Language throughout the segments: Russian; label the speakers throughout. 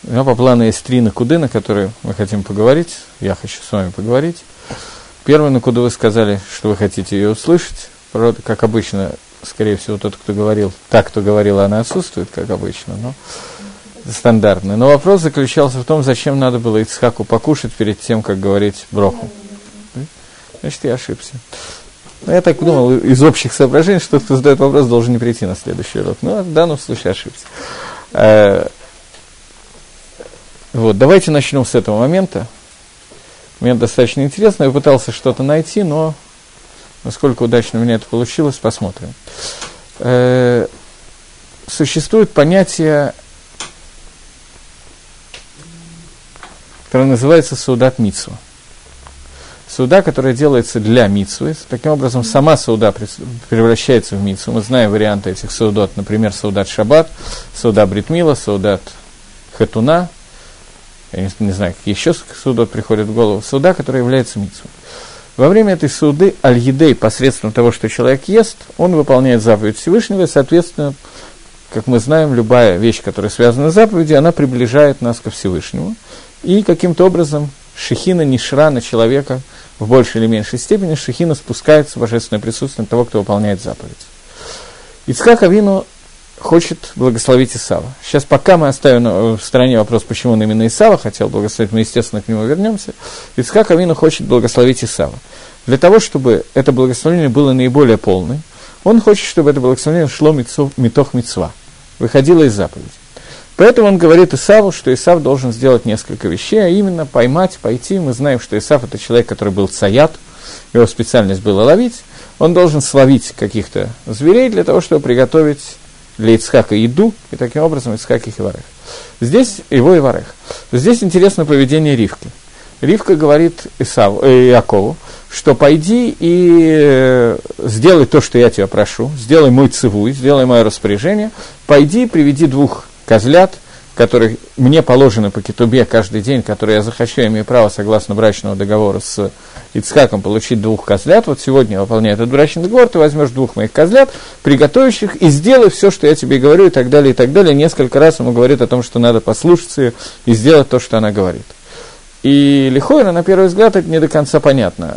Speaker 1: У меня по плану есть 3 накуды, на которые мы хотим поговорить. Я хочу с вами поговорить. Первую накуду вы сказали, что вы хотите ее услышать. Правда, как обычно, скорее всего, тот, кто говорил, кто говорила, она отсутствует, как обычно, но стандартно. Но вопрос заключался в том, зачем надо было Ицхаку покушать перед тем, как говорить броху. Значит, я ошибся. Но я так думал, из общих соображений, что тот, кто задает вопрос, должен не прийти на следующий урок. Но в данном случае ошибся. Вот, давайте начнем с этого момента. Момент достаточно интересный. Я пытался что-то найти, но насколько удачно у меня это получилось, посмотрим. Существует понятие, которое называется саудат мицва. Сауда, которая делается для мицвы. Таким образом, сама сауда превращается в мицву. Мы знаем варианты этих саудот, например, саудат шаббат, сауда брит мила, саудат хатуна. Я не знаю, какие еще саудот приходят в голову. Сауда, которая является мицвой. Во время этой сауды аль-едей, посредством того, что человек ест, он выполняет заповедь Всевышнего, и, соответственно, как мы знаем, любая вещь, которая связана с заповедью, она приближает нас ко Всевышнему. И каким-то образом шехина нишра на человека в большей или меньшей степени, шехина спускается в божественное присутствие того, кто выполняет заповедь. Ицхак Авину хочет благословить Исава. Сейчас, пока мы оставим в стороне вопрос, почему он именно Исава хотел благословить, мы, естественно, к нему вернемся. Ицхак Авину хочет благословить Исава. Для того, чтобы это благословение было наиболее полным, он хочет, чтобы это благословение шло митох мицва, выходило из заповеди. Поэтому он говорит Исаву, что Исав должен сделать несколько вещей, а именно пойти. Мы знаем, что Исав – это человек, который был цаят, его специальность была ловить. Он должен словить каких-то зверей для того, чтобы приготовить для Ицхака еду, и таким образом Ицхак их иварех. Здесь его иварех. Здесь интересно поведение Ривки. Ривка говорит Якову, что пойди и сделай то, что я тебя прошу, сделай мой цивуй, сделай мое распоряжение, пойди, приведи 2 козлят, которые мне положено по кетубе каждый день, которые я захочу, я имею право, согласно брачного договора с Ицхаком, получить 2 козлят. Вот сегодня я выполняю этот брачный договор, ты возьмешь 2 моих козлят, приготовишь их и сделай все, что я тебе говорю, и так далее, и так далее. Несколько раз ему говорит о том, что надо послушаться ее и сделать то, что она говорит. И лихойра, на первый взгляд, это не до конца понятно.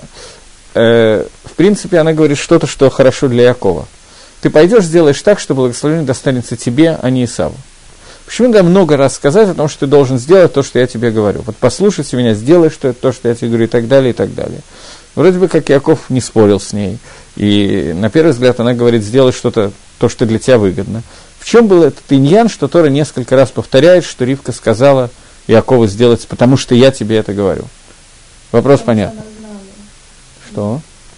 Speaker 1: В принципе, она говорит что-то, что хорошо для Якова. Ты пойдешь, сделаешь так, что благословение достанется тебе, а не Исаву. Почему надо много раз сказать о том, что ты должен сделать то, что я тебе говорю? Вот послушайте меня, сделай то, что я тебе говорю, и так далее, и так далее. Вроде бы как Яков не спорил с ней. И на первый взгляд она говорит, сделай что-то, то, что для тебя выгодно. В чем был этот иньян, что Тора несколько раз повторяет, что Ривка сказала Якову сделать, потому что я тебе это говорю? Вопрос понятен. Что?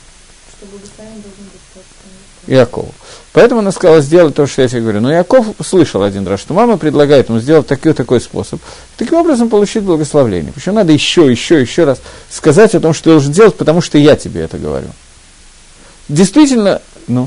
Speaker 1: Якову. Поэтому она сказала, сделай то, что я тебе говорю. Но Яков слышал один раз, что мама предлагает ему сделать такой способ. Таким образом получить благословение. Почему надо еще раз сказать о том, что ты должен делать, потому что я тебе это говорю. Действительно,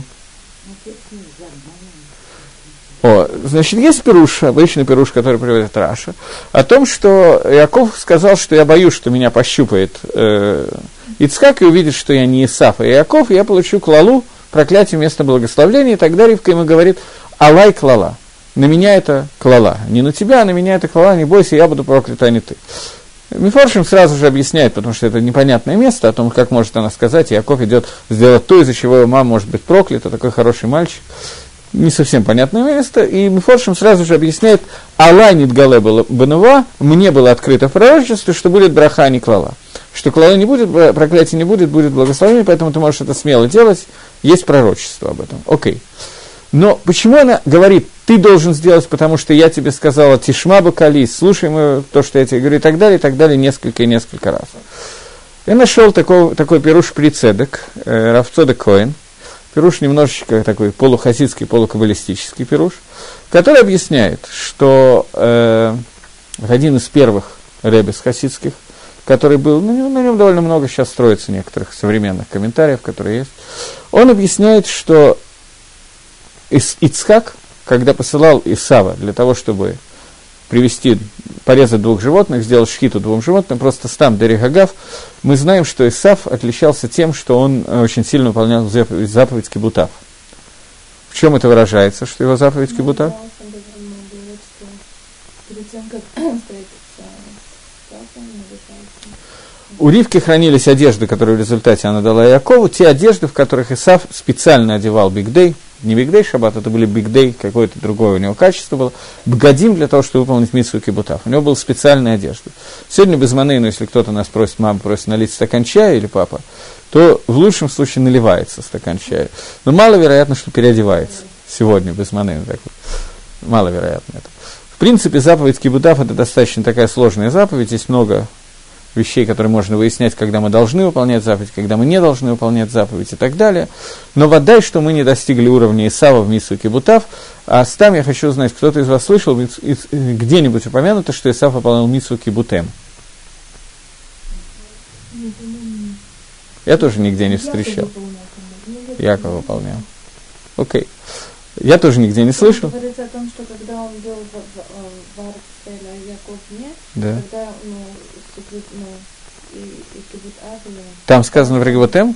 Speaker 1: значит, есть пируш, обычный пируш, который приводит Раша, о том, что Яков сказал, что я боюсь, что меня пощупает Ицхак и увидит, что я не Исав, а Яков, и я получу клалу, проклятие вместо благословения, и тогда Ривка ему говорит, алай клала, на меня это клала, не на тебя, а на меня это клала, не бойся, я буду проклята, а не ты. Мифоршим сразу же объясняет, потому что это непонятное место, о том, как может она сказать, Яков идет сделать то, из-за чего его мама может быть проклята, такой хороший мальчик. Не совсем понятное место, и Мифоршим сразу же объясняет, алай нидгале бенува, мне было открыто в пророчестве, что будет браха, а не клала. Что клала не будет, проклятия не будет, будет благословение, поэтому ты можешь это смело делать, есть пророчество об этом. Окей. Но почему она говорит, ты должен сделать, потому что я тебе сказала, тишма бакали, слушай то, что я тебе говорю, и так далее, несколько раз. Я нашел такой пируш прицедек, Рав Цодек Коэн, пируш немножечко такой полухасидский, полукаббалистический пируш, который объясняет, что один из первых ребес хасидских, который был, на нем довольно много сейчас строится некоторых современных комментариев, которые есть, он объясняет, что Ицхак, когда посылал Исава для того, чтобы порезать 2 животных, сделать шхиту 2 животным, просто стам дерегагав, мы знаем, что Исав отличался тем, что он очень сильно выполнял заповедь кибутав. В чем это выражается, что его заповедь кибутав?
Speaker 2: Перед тем, как встретиться с папой,
Speaker 1: у Ривки хранились одежды, которые в результате она дала Якову, те одежды, в которых Исав специально одевал бигдей, не бигдей шаббат, это были бигдей, какое-то другое у него качество было, бгадим для того, чтобы выполнить мицву кибутав. У него была специальная одежда. Сегодня без манейну, если кто-то нас просит, мама просит налить стакан чая или папа, то в лучшем случае наливается стакан чая. Но маловероятно, что переодевается сегодня без манейну. Маловероятно это. В принципе, заповедь кибутав – это достаточно такая сложная заповедь, есть много вещей, которые можно выяснять, когда мы должны выполнять заповедь, когда мы не должны выполнять заповедь и так далее. Но водай, что мы не достигли уровня Исава в мицву кибутав, а там я хочу узнать, кто-то из вас слышал где-нибудь упомянуто, что Исав выполнял мицву кибутем? Я тоже нигде не встречал. Яков выполнял. Окей. Я тоже нигде не слышал.
Speaker 2: Говорится о том, что когда он был в Арцеле, а Яков нет,
Speaker 1: да.
Speaker 2: Когда, и кибут Авеле.
Speaker 1: Там сказано в Регватем?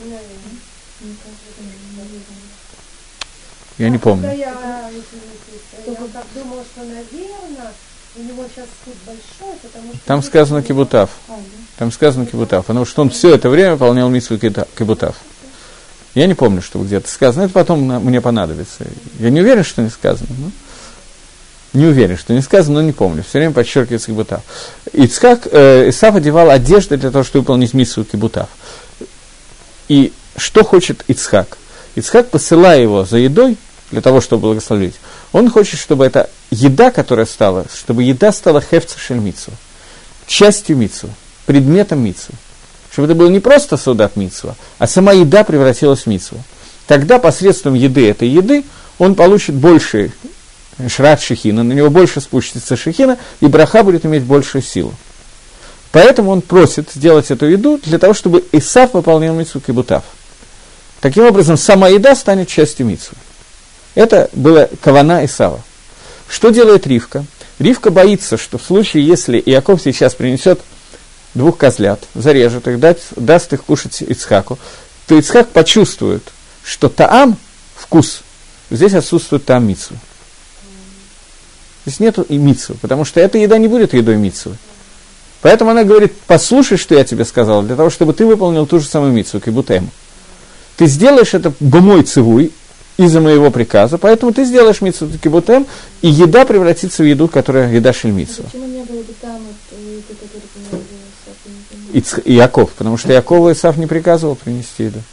Speaker 1: Я не помню.
Speaker 3: Я думала, что, наверное, у него сейчас суд большой, потому что...
Speaker 1: Там сказано кибутав. Там сказано кибутав, потому что он все это время выполнял мицву кибутав. Я не помню, что где-то сказано, это потом мне понадобится. Я не уверен, что не сказано. Не уверен, что не сказано, но не помню. Все время подчеркивается кибутав. Исав одевал одежды для того, чтобы выполнить мицву кибутав. И что хочет Ицхак? Ицхак, посылая его за едой, для того, чтобы благословить, он хочет, чтобы эта еда, которая стала, чтобы еда стала хефца шель мицву, частью мицвы, предметом мицвы. Чтобы это было не просто саудат мицва, а сама еда превратилась в мицву. Тогда посредством этой еды он получит больше шрат шехина, на него больше спустится шехина, и браха будет иметь большую силу. Поэтому он просит сделать эту еду для того, чтобы Исав выполнял мицву кибутав. Таким образом, сама еда станет частью мицвы. Это была кавана Исава. Что делает Ривка? Ривка боится, что в случае, если Иаков сейчас принесет 2 козлят, зарежет их, даст их кушать Ицхаку, то Ицхак почувствует, что таам, вкус, здесь отсутствует таам мицвы. Здесь нету и мицвы, потому что эта еда не будет едой мицвы. Поэтому она говорит, послушай, что я тебе сказала, для того, чтобы ты выполнил ту же самую мицву, кибутем. Ты сделаешь это бумой цивуй, из-за моего приказа, поэтому ты сделаешь мицву кибутем, и еда превратится в еду, которая еда шель мицва.
Speaker 2: Почему не было бы там, который понравился?
Speaker 1: Иаков, потому что Иакову Исав не приказывал принести еду.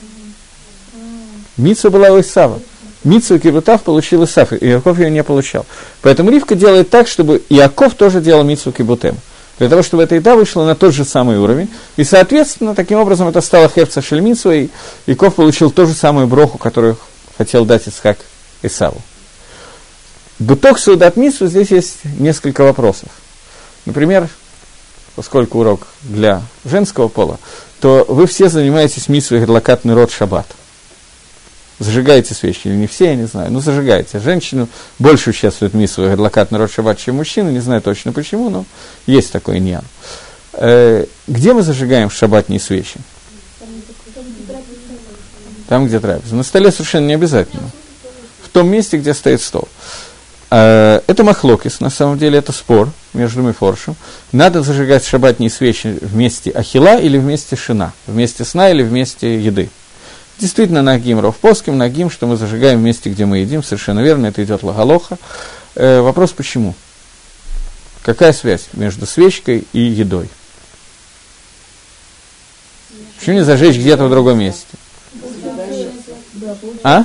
Speaker 1: Мицва была у Исава. Мицву кибутав получил Исав, и Иаков ее не получал. Поэтому Ривка делает так, чтобы Иаков тоже делал мицву кибутем. Для того, чтобы эта еда вышла на тот же самый уровень. И, соответственно, таким образом это стало хефца шель мицва, и Иаков получил ту же самую броху, которую хотел дать Ицхак Исаву. Буток саудат мицвы, здесь есть несколько вопросов. Например, поскольку урок для женского пола, то вы все занимаетесь мицвой гадлакат нерот шаббат. Зажигаете свечи, или не все, я не знаю, но зажигаете. Женщины больше участвуют в мицвой гадлакат нерот шаббат, чем мужчины, не знаю точно почему, но есть такой иньян. Где мы зажигаем шаббатные свечи? Там, где трапеза. На столе совершенно не обязательно. В том месте, где стоит стол. Это махлокис, на самом деле, это спор между мифоршем. Надо зажигать шаббатные свечи вместе ахила или вместе шина, вместе сна или вместе еды. Действительно, нагим ровпоским, нагим, что мы зажигаем в месте, где мы едим, совершенно верно, это идет лагалоха. Вопрос, почему? Какая связь между свечкой и едой? Почему не зажечь где-то в другом месте? А?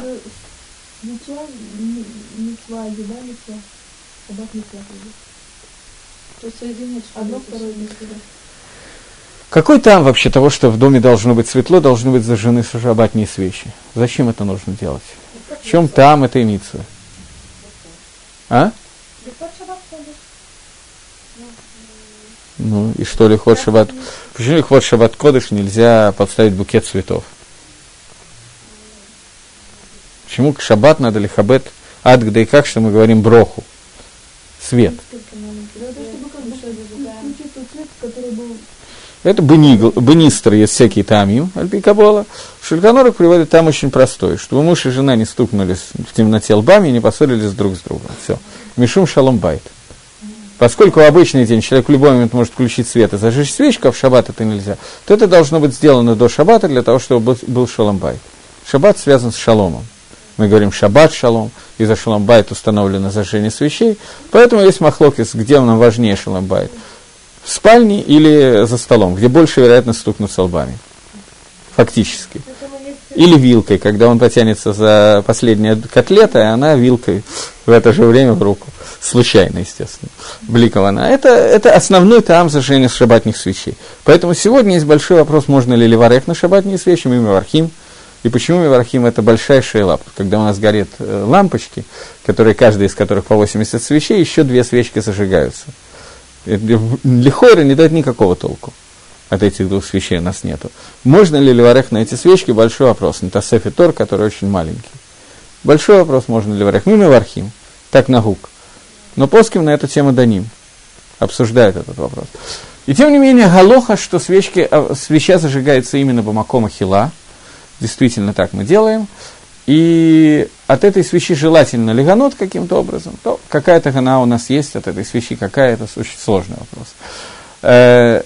Speaker 1: Какой там вообще того, что в доме должно быть светло, должны быть зажжены шаббатные свечи? Зачем это нужно делать? В чем там эта мицва? А? Ну, и что лихот шаббат? Почему лихот шаббат кодыш нельзя подставить букет цветов? Почему к шаббат надо лихабет ад гдей как, что мы говорим броху? Свет. Это бенистр, есть всякие тамим, альпикабола. Шульханорах приводит там очень простой, чтобы муж и жена не стукнулись в темноте лбами и не поссорились друг с другом. Все. Мишум шалом байт. Поскольку в обычный день человек в любой момент может включить свет и зажечь свечку, а в шаббат это нельзя, то это должно быть сделано до шаббата для того, чтобы был шалом байт. Шаббат связан с шаломом. Мы говорим шаббат шалом, и за шалом байт установлено зажжение свечей, поэтому есть махлокис, где нам важнее шалом байт. В спальне или за столом, где больше вероятность стукнуться лбами. Фактически. Или вилкой, когда он потянется за последняя котлета, и она вилкой в это же время в руку. Случайно, естественно. Бликована. Это основной таам зажжения шаббатных свечей. Поэтому сегодня есть большой вопрос, можно ли леварех на шаббатные свечи, мивархим. И почему мивархим это большая шейла, когда у нас горят лампочки, каждая из которых по 80 свечей, еще 2 свечки зажигаются. Лихойра не дает никакого толку. От этих 2 свечей у нас нету. Можно ли леварех на эти свечки? Большой вопрос. Это Тосеф и Тор, который очень маленький. Большой вопрос, можно ли леварех. Мивархим. Так нагук. Но поским на эту тему даним. Обсуждают этот вопрос. И тем не менее, галоха, что свеча зажигается именно бамакома хила. Действительно так мы делаем. И от этой свечи желательно леганот каким-то образом. То какая-то гана у нас есть от этой свечи, какая-то очень сложный вопрос.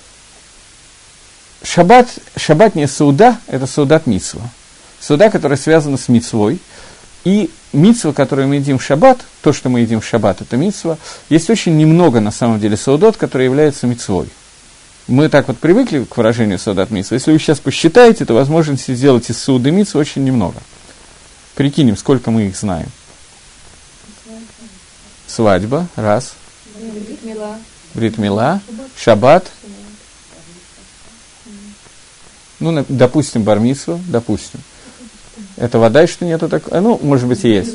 Speaker 1: Шаббатняя сауда – это саудат мицва. Сауда, которая связана с мицвой. И мицва, которую мы едим в шаббат, то, что мы едим в шаббат, это мицва. Есть очень немного, на самом деле, саудот, которые являются мицвой. Мы так вот привыкли к выражению саудат мицва. Если вы сейчас посчитаете, то возможности сделать из сауды мицвы очень немного. Прикинем, сколько мы их знаем. Свадьба, раз. Брит мила, шаббат. Ну, допустим, бар мицва, допустим. Это вода, что нету такого? Ну, может быть, и есть.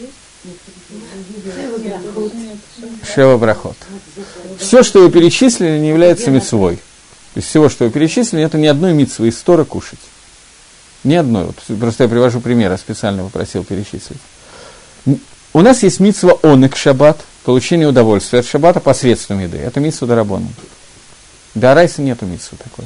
Speaker 1: Шева брахот. Все, что вы перечислили, не является мицвой. То есть всего, что вы перечислили, это ни одной мицвы из Тора кушать. Ни одной. Вот, просто я привожу пример, я специально попросил перечислить. У нас есть мицва онек шаббат, получение удовольствия от шаббата посредством еды. Это мицва дарабона. До райса нету мицвы такой.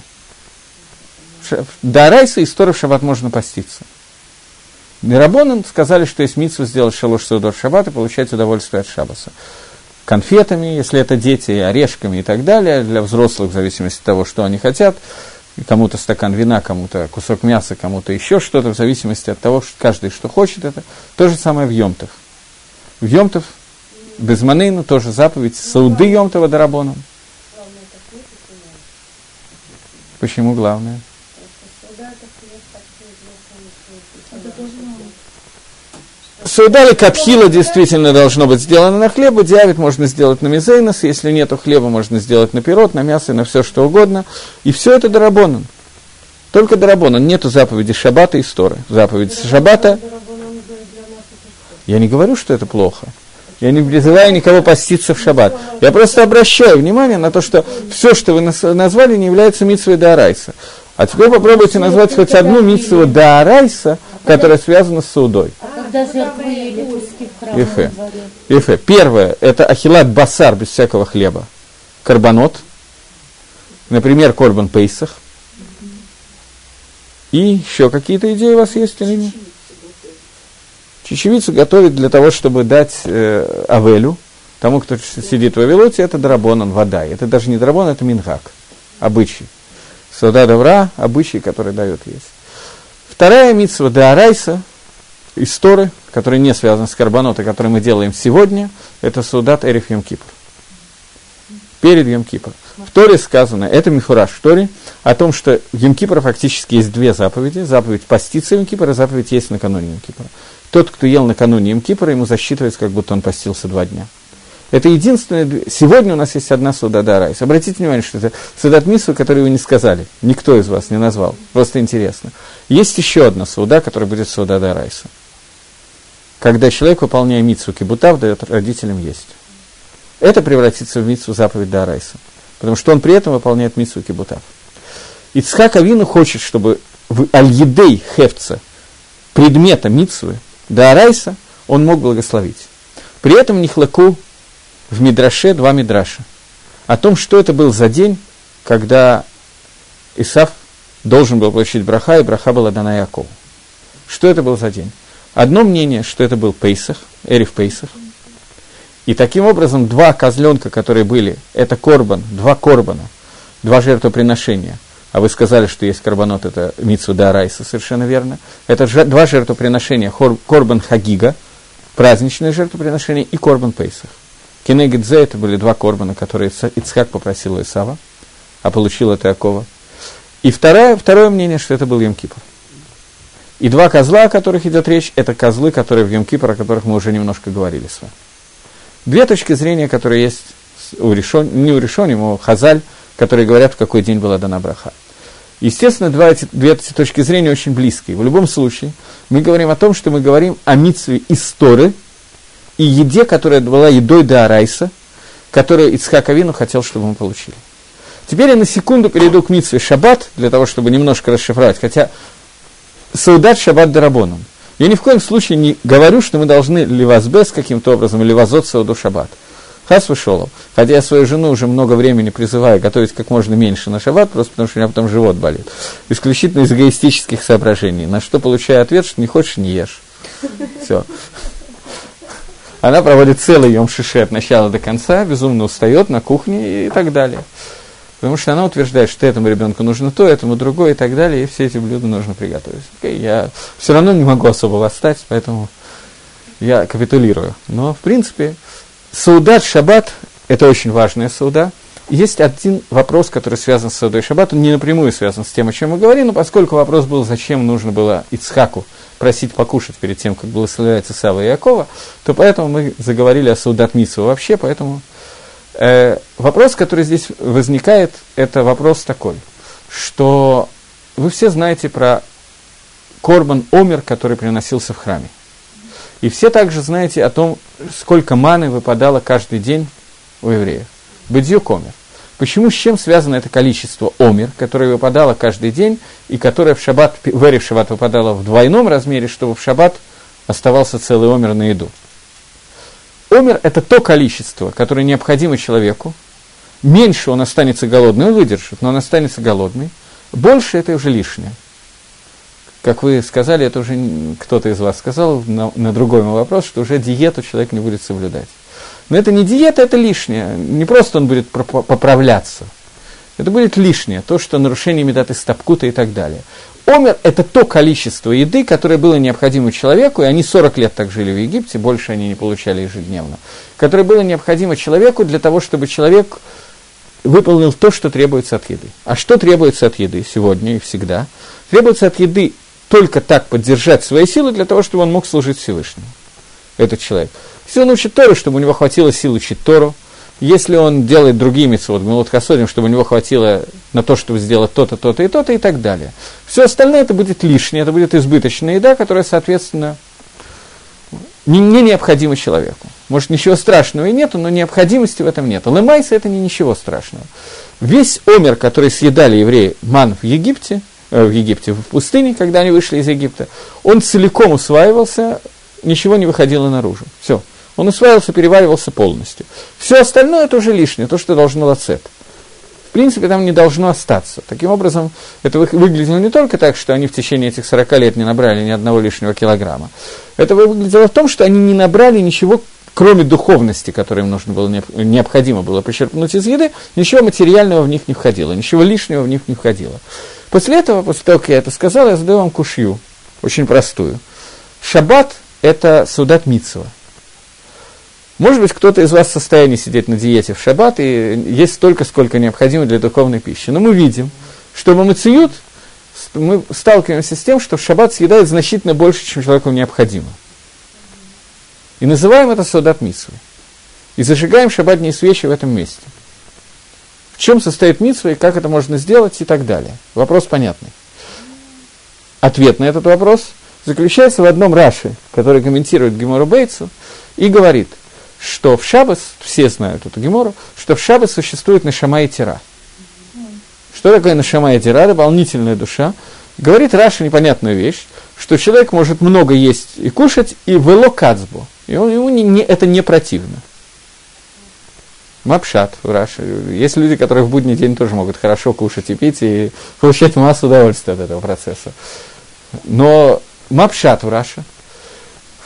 Speaker 1: До райса из Тора в шаббат можно поститься. Дарабонан сказали, что есть мицва сделать шалош саудот в шаббат и получать удовольствие от шаббаса. Конфетами, если это дети, орешками и так далее, для взрослых, в зависимости от того, что они хотят. Кому-то стакан вина, кому-то кусок мяса, кому-то еще что-то, в зависимости от того, что каждый что хочет. Это то же самое в Йом-Тов. В Йом-Тов без манейну тоже заповедь сауды Йом-Това дарабоном. Почему главное? Сауда катхила действительно должно быть сделано на хлебе, диавит можно сделать на мизейнос, если нету хлеба, можно сделать на пирот, на мясо, на все что угодно. И все это дарабонан. Только дарабонан, нету заповеди шаббата и сторы. Заповедь шаббата. Я не говорю, что это плохо. Я не призываю никого поститься в шаббат. Я просто обращаю внимание на то, что все, что вы назвали, не является мицвой даарайса. А теперь попробуйте назвать хоть одну мицву даарайса, которая связана с саудой.
Speaker 3: Когда жертвы ели куски в храме.
Speaker 1: Ифе. Первое, это ахилат басар без всякого хлеба. Карбонот. Например, корбан пейсах. И еще какие-то идеи у вас есть или нет? Чечевицу готовить для того, чтобы дать авелю, тому, кто сидит в авелоте, это дарабонан, вода. Это даже не дарабонан, это мингак, обычай. Сауда давра, обычай, который дает есть. Вторая мицва даарайса, из Торы, которая не связана с карбонотой, который мы делаем сегодня, это саудат эриф Йом-Кипур. Перед Йом-Кипур. В Торе сказано, это мифураж в Торе, о том, что в Йом-Кипур фактически есть 2 заповеди. Заповедь поститься Йом-Кипура, заповедь есть накануне Йом-Кипура. Тот, кто ел накануне Йом-Кипура, ему засчитывается, как будто он постился 2 дня. Это единственное... Сегодня у нас есть одна сауда даарайса. Обратите внимание, что это саудат мицва, которую вы не сказали. Никто из вас не назвал. Просто интересно. Есть еще одна сауда, которая будет сауда даарайса. Когда человек, выполняя мицву кибутав, дает родителям есть. Это превратится в мицву заповедь даарайса. Потому что он при этом выполняет мицву кибутав. Ицхак Авину хочет, чтобы в аль-едей хефца, предмета мицвы, даарайса, он мог благословить. При этом нихлаку в Мидраше 2 Мидраша. О том, что это был за день, когда Исав должен был получить браха, и браха была дана Якову. Что это был за день? Одно мнение, что это был Пейсах, Эриф Пейсах. И таким образом 2 козленка, которые были, это корбан, 2 корбана, 2 жертвоприношения. А вы сказали, что есть карбонот, это мицва д'орайса, совершенно верно. Это 2 жертвоприношения, корбан хагига, праздничное жертвоприношение, и корбан пейсах. Кенегед зе, это были 2 корбана, которые Ицхак попросил у Исава, а получил от Иакова. И второе мнение, что это был Йом-Кипур. И 2 козла, о которых идет речь, это козлы, которые в Йом-Кипур, о которых мы уже немножко говорили с вами. 2 точки зрения, которые есть не у Ришоним, а у Хазаль, которые говорят, в какой день была дана браха. Естественно, 2 эти точки зрения очень близкие. В любом случае, мы говорим о том, что мы говорим о мицве из Торы и еде, которая была едой д'орайса, которую Ицхак Авину хотел, чтобы мы получили. Теперь я на секунду перейду к мицве шаббат, для того, чтобы немножко расшифровать, хотя саудат шаббат дарабоном. Я ни в коем случае не говорю, что мы должны ливазбес каким-то образом, или вазот сауду шаббат. Хас вышел. Хотя я свою жену уже много времени призываю готовить как можно меньше на шаббат, просто потому что у меня потом живот болит. Исключительно из эгоистических соображений. На что получаю ответ, что не хочешь, не ешь. Все. Она проводит целый йом шиши от начала до конца, безумно устает на кухне и так далее. Потому что она утверждает, что этому ребенку нужно то, этому другое и так далее, и все эти блюда нужно приготовить. Я все равно не могу особо восстать, поэтому я капитулирую. Но, в принципе, саудат шаббат – это очень важная сауда. Есть один вопрос, который связан с саудой шаббат, он не напрямую связан с тем, о чем мы говорим, но поскольку вопрос был, зачем нужно было Ицхаку просить покушать перед тем, как благословляется Исава и Иакова, то поэтому мы заговорили о саудат мицве вообще, поэтому... Вопрос, который здесь возникает, это вопрос такой, что вы все знаете про корбан омер, который приносился в храме. И все также знаете о том, сколько маны выпадало каждый день у евреев. Бедюк омер. Почему, с чем связано это количество омер, которое выпадало каждый день, и которое в шаббат, в эрев шаббат выпадало в двойном размере, чтобы в шаббат оставался целый омер на еду? Омер – это то количество, которое необходимо человеку. Меньше он останется голодный, он выдержит, но он останется голодный. Больше – это уже лишнее. Как вы сказали, это уже кто-то из вас сказал на другой мой вопрос, что уже диету человек не будет соблюдать. Но это не диета, это лишнее. Не просто он будет поправляться. Это будет лишнее, то, что нарушение медат истапкута и так далее. Омер – это то количество еды, которое было необходимо человеку, и они 40 лет так жили в Египте, больше они не получали ежедневно, которое было необходимо человеку для того, чтобы человек выполнил то, что требуется от еды. А что требуется от еды сегодня и всегда? Требуется от еды только так поддержать свои силы для того, чтобы он мог служить Всевышнему, этот человек. Если он учит Тору, чтобы у него хватило сил учить Тору, если он делает другие мицвот, гмилот хасодим, чтобы у него хватило на то, чтобы сделать то-то, то-то и то-то и так далее. Все остальное это будет лишнее, это будет избыточная еда, которая, соответственно, не необходима человеку. Может, ничего страшного и нету, но необходимости в этом нет. Лемайса это не ничего страшного. Весь омер, который съедали евреи ман в Египте, в пустыне, когда они вышли из Египта, он целиком усваивался, ничего не выходило наружу. Все. Он усваивался, переваривался полностью. Все остальное это уже лишнее, то, что должно лацет. В принципе, там не должно остаться. Таким образом, это выглядело не только так, что они в течение этих 40 лет не набрали ни одного лишнего килограмма. Это выглядело в том, что они не набрали ничего, кроме духовности, которой им нужно было, необходимо было почерпнуть из еды, ничего материального в них не входило, ничего лишнего в них не входило. После этого, после того, как я это сказал, я задаю вам кушью, очень простую. Шаббат – это саудат мицва. Может быть, кто-то из вас в состоянии сидеть на диете в шаббат и есть столько, сколько необходимо для духовной пищи. Но мы видим, что в мациют мы сталкиваемся с тем, что в шаббат съедают значительно больше, чем человеку необходимо. И называем это саудат мицвы. И зажигаем шаббатные свечи в этом месте. В чем состоит мицва и как это можно сделать и так далее. Вопрос понятный. Ответ на этот вопрос заключается в одном Раши, который комментирует Гемору Бейцу и говорит, что в шаббат, все знают эту гемору, что в шаббат существует нешама и тира. Что такое нешама и тира? Дополнительная душа. Говорит Раши непонятную вещь, что человек может много есть и кушать, и вело кацбо. И ему это не противно. Мапшат в Раши. Есть люди, которые в будний день тоже могут хорошо кушать и пить, и получать массу удовольствия от этого процесса. Но мапшат в Раши.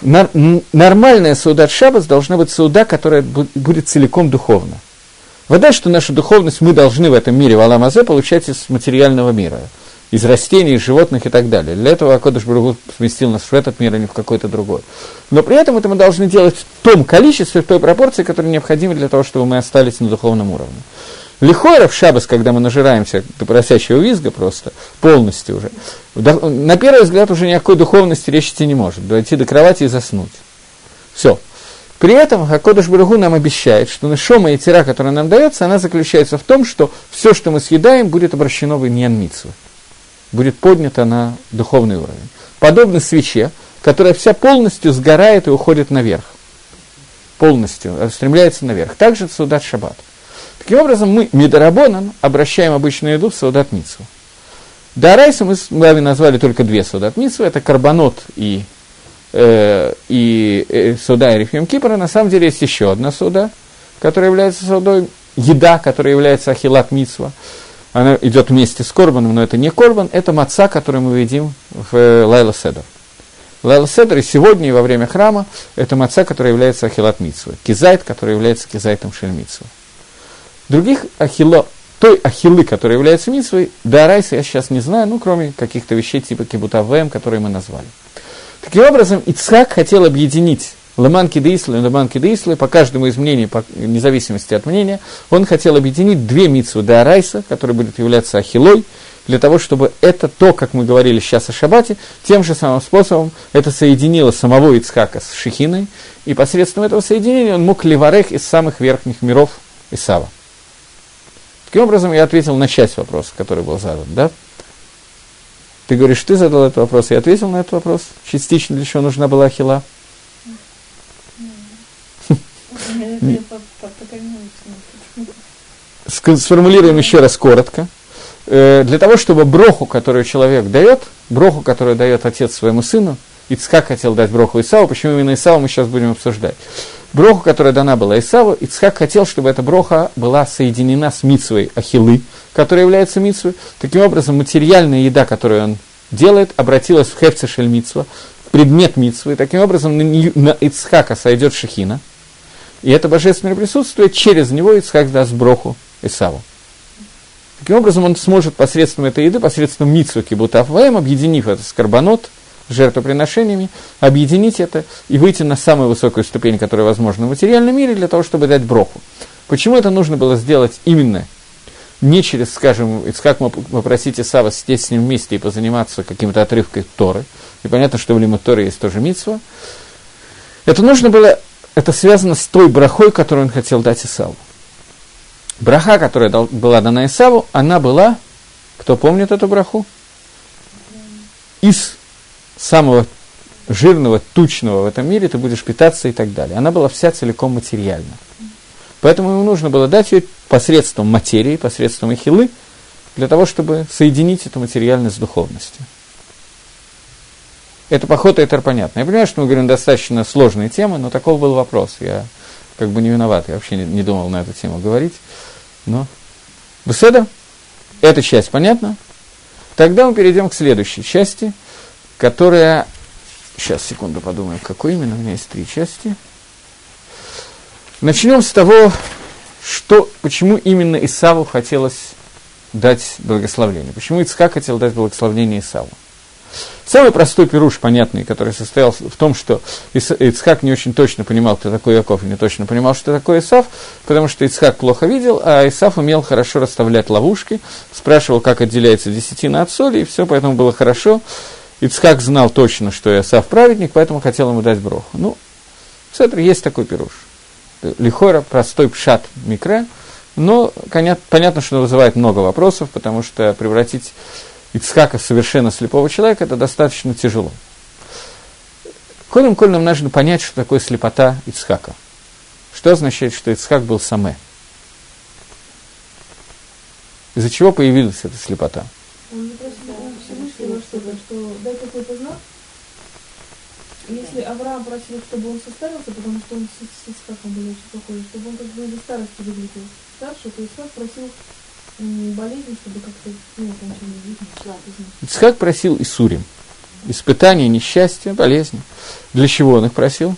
Speaker 1: нормальная саудат шаббат должна быть сауда, которая будет целиком духовна. Вода, что наша духовность мы должны в этом мире, в Алам Азе, получать из материального мира, из растений, из животных и так далее. Для этого Акодыш Барух Ху сместил нас в этот мир, а не в какой-то другой. Но при этом это мы должны делать в том количестве, в той пропорции, которая необходима для того, чтобы мы остались на духовном уровне. Лихойра в шаббас, когда мы нажираемся до просящего визга просто, полностью уже, на первый взгляд уже никакой духовности речь идти не может, дойти до кровати и заснуть. Все. При этом Акодыш Барух Ху нам обещает, что нешома и тира, которая нам дается, она заключается в том, что все, что мы съедаем, будет обращено в иньян мицвы, будет поднято на духовный уровень. Подобно свече, которая вся полностью сгорает и уходит наверх. Полностью стремляется наверх. Также саудат шаббат. Таким образом, мы мидарабонан обращаем обычную еду в саудат мицву. До арайса мы с вами назвали только две саудат мицвы. Это карбонот и сауда и рифьем кипра. На самом деле есть еще одна сауда, которая является саудой, еда, которая является ахилат мицва. Она идет вместе с корбаном, но это не корбан, это маца, которую мы едим в Лайла Седер. Лайла Седер и сегодня, и во время храма, это маца, которая является ахилат мицва. Кизайт, который является кизайтом шель мицва. Других той ахилы, которая является мицвой, до арайса я сейчас не знаю, ну, кроме каких-то вещей типа кибутавэм, которые мы назвали. Таким образом, Ицхак хотел объединить Леман Кидеислы и Леман Кидеислы, по каждому из мнений, вне зависимости от мнения, он хотел объединить две мицвы до арайса, которые будут являться ахилой, для того, чтобы это то, как мы говорили сейчас о шаббате, тем же самым способом это соединило самого Ицхака с Шехиной, и посредством этого соединения он мог ливарех из самых верхних миров Исава. Таким образом, я ответил на часть вопроса, который был задан, да? Ты говоришь, ты задал этот вопрос, я ответил на этот вопрос. Частично для чего нужна была ахила? Сформулируем еще раз коротко. Для того, чтобы броху, которую человек дает, броху, которую дает отец своему сыну, Ицхак хотел дать броху Исаву, почему именно Исаву мы сейчас будем обсуждать. Броху, которая дана была Исаву, Ицхак хотел, чтобы эта броха была соединена с мицвой ахилы, которая является мицвой. Таким образом, материальная еда, которую он делает, обратилась в хефце шель мицва, в предмет мицвы. Таким образом, на Ицхака сойдет шехина. И это божественное присутствие, через него Ицхак даст броху Исаву. Таким образом, он сможет посредством этой еды, посредством мицвы кибутав ваэм, объединив это с карбонот, жертвоприношениями, объединить это и выйти на самую высокую ступень, которая возможна в материальном мире, для того, чтобы дать броху. Почему это нужно было сделать именно не через, скажем, Ицхак мог попросить Исава сидеть с ним вместе и позаниматься каким-то отрывком Торы, и понятно, что в лимуд Торы есть тоже мицва. Это нужно было, это связано с той брахой, которую он хотел дать Исаву. Браха, которая была дана Исаву, она была, кто помнит эту браху? Из самого жирного, тучного в этом мире ты будешь питаться и так далее. Она была вся целиком материальна. Поэтому ему нужно было дать ее посредством материи, посредством ахилы, для того, чтобы соединить эту материальность с духовностью. Это поход Эйтер понятно. Я понимаю, что мы говорим достаточно сложные темы, но таков был вопрос. Я как бы не виноват, я вообще не думал на эту тему говорить. Но беседа, эта часть понятна. Тогда мы перейдем к следующей части, которая... Сейчас, секунду, подумаем, какой именно. У меня есть 3 части. Начнем с того, почему именно Исаву хотелось дать благословение. Почему Ицхак хотел дать благословение Исаву. Самый простой пируш, понятный, который состоял в том, что Ицхак не очень точно понимал, кто такой Яков, и не точно понимал, что такое Исав, потому что Ицхак плохо видел, а Исав умел хорошо расставлять ловушки, спрашивал, как отделяется десятина от соли, и все, поэтому было хорошо. Ицхак знал точно, что Исав праведник, поэтому хотел ему дать броху. Ну, в центре есть такой пируш. Лихора, простой пшат микре, но понятно, что вызывает много вопросов, потому что превратить Ицхака в совершенно слепого человека, это достаточно тяжело. Колем нам нужно понять, что такое слепота Ицхака. Что означает, что Ицхак был самэ? Из-за чего появилась эта слепота?
Speaker 2: Он не просил Всевышнего что-то, что дай какой-то знак. Если Авраам просил, чтобы он состарился, потому что он с Ицхаком был очень похож, чтобы он как бы из-за старости выглядел старше, то Ицхак просил болезнь, чтобы как-то окончательно видно.
Speaker 1: Ицхак просил Исурим. испытания, несчастья, болезни. Для чего он их просил?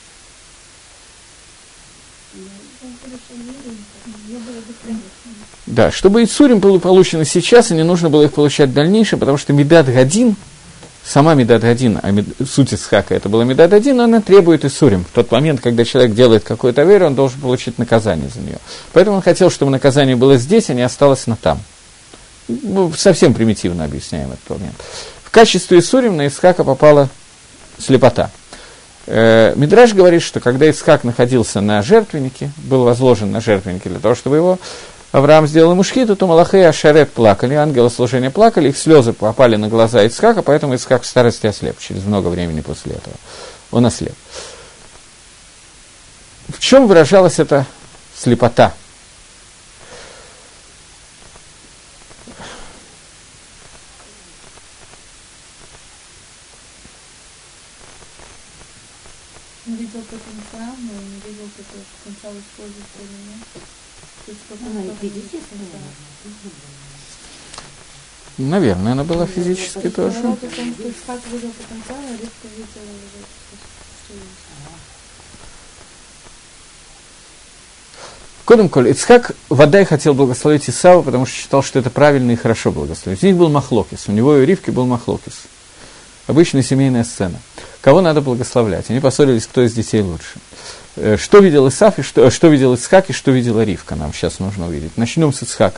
Speaker 1: Да, чтобы Ицурим были получены сейчас, и не нужно было их получать в дальнейшем, потому что Медат Гадин, сама Медат Гадин, суть Ицхака, это была Медат Гадин, она требует Ицурим. В тот момент, когда человек делает какую-то веру, он должен получить наказание за нее. Поэтому он хотел, чтобы наказание было здесь, а не осталось на там. Ну, совсем примитивно объясняем этот момент. В качестве Ицурим на Ицхака попала слепота. Мидраш говорит, что когда Ицхак находился на жертвеннике, был возложен на жертвеннике для того, чтобы его Авраам сделал ему шхиту, то Малахей и Ашарет плакали, ангелы служения плакали, их слезы попали на глаза Ицхака, поэтому Ицхак в старости ослеп, через много времени после этого. Он ослеп. В чем выражалась эта слепота?
Speaker 2: Не видел потенциал, но не видел потенциал использовать время.
Speaker 1: Наверное, она была физически тоже. Кодом коль, Ицхак Вадай хотел благословить Исава, потому что считал, что это правильно и хорошо благословить. У них был махлокис, у него и у Ривки был махлокис. Обычная семейная сцена. Кого надо благословлять? Они поссорились, кто из детей лучше. Что видел Исав, и что видел Ицхак, и что видела Ривка, нам сейчас нужно увидеть. Начнем с Ицхака.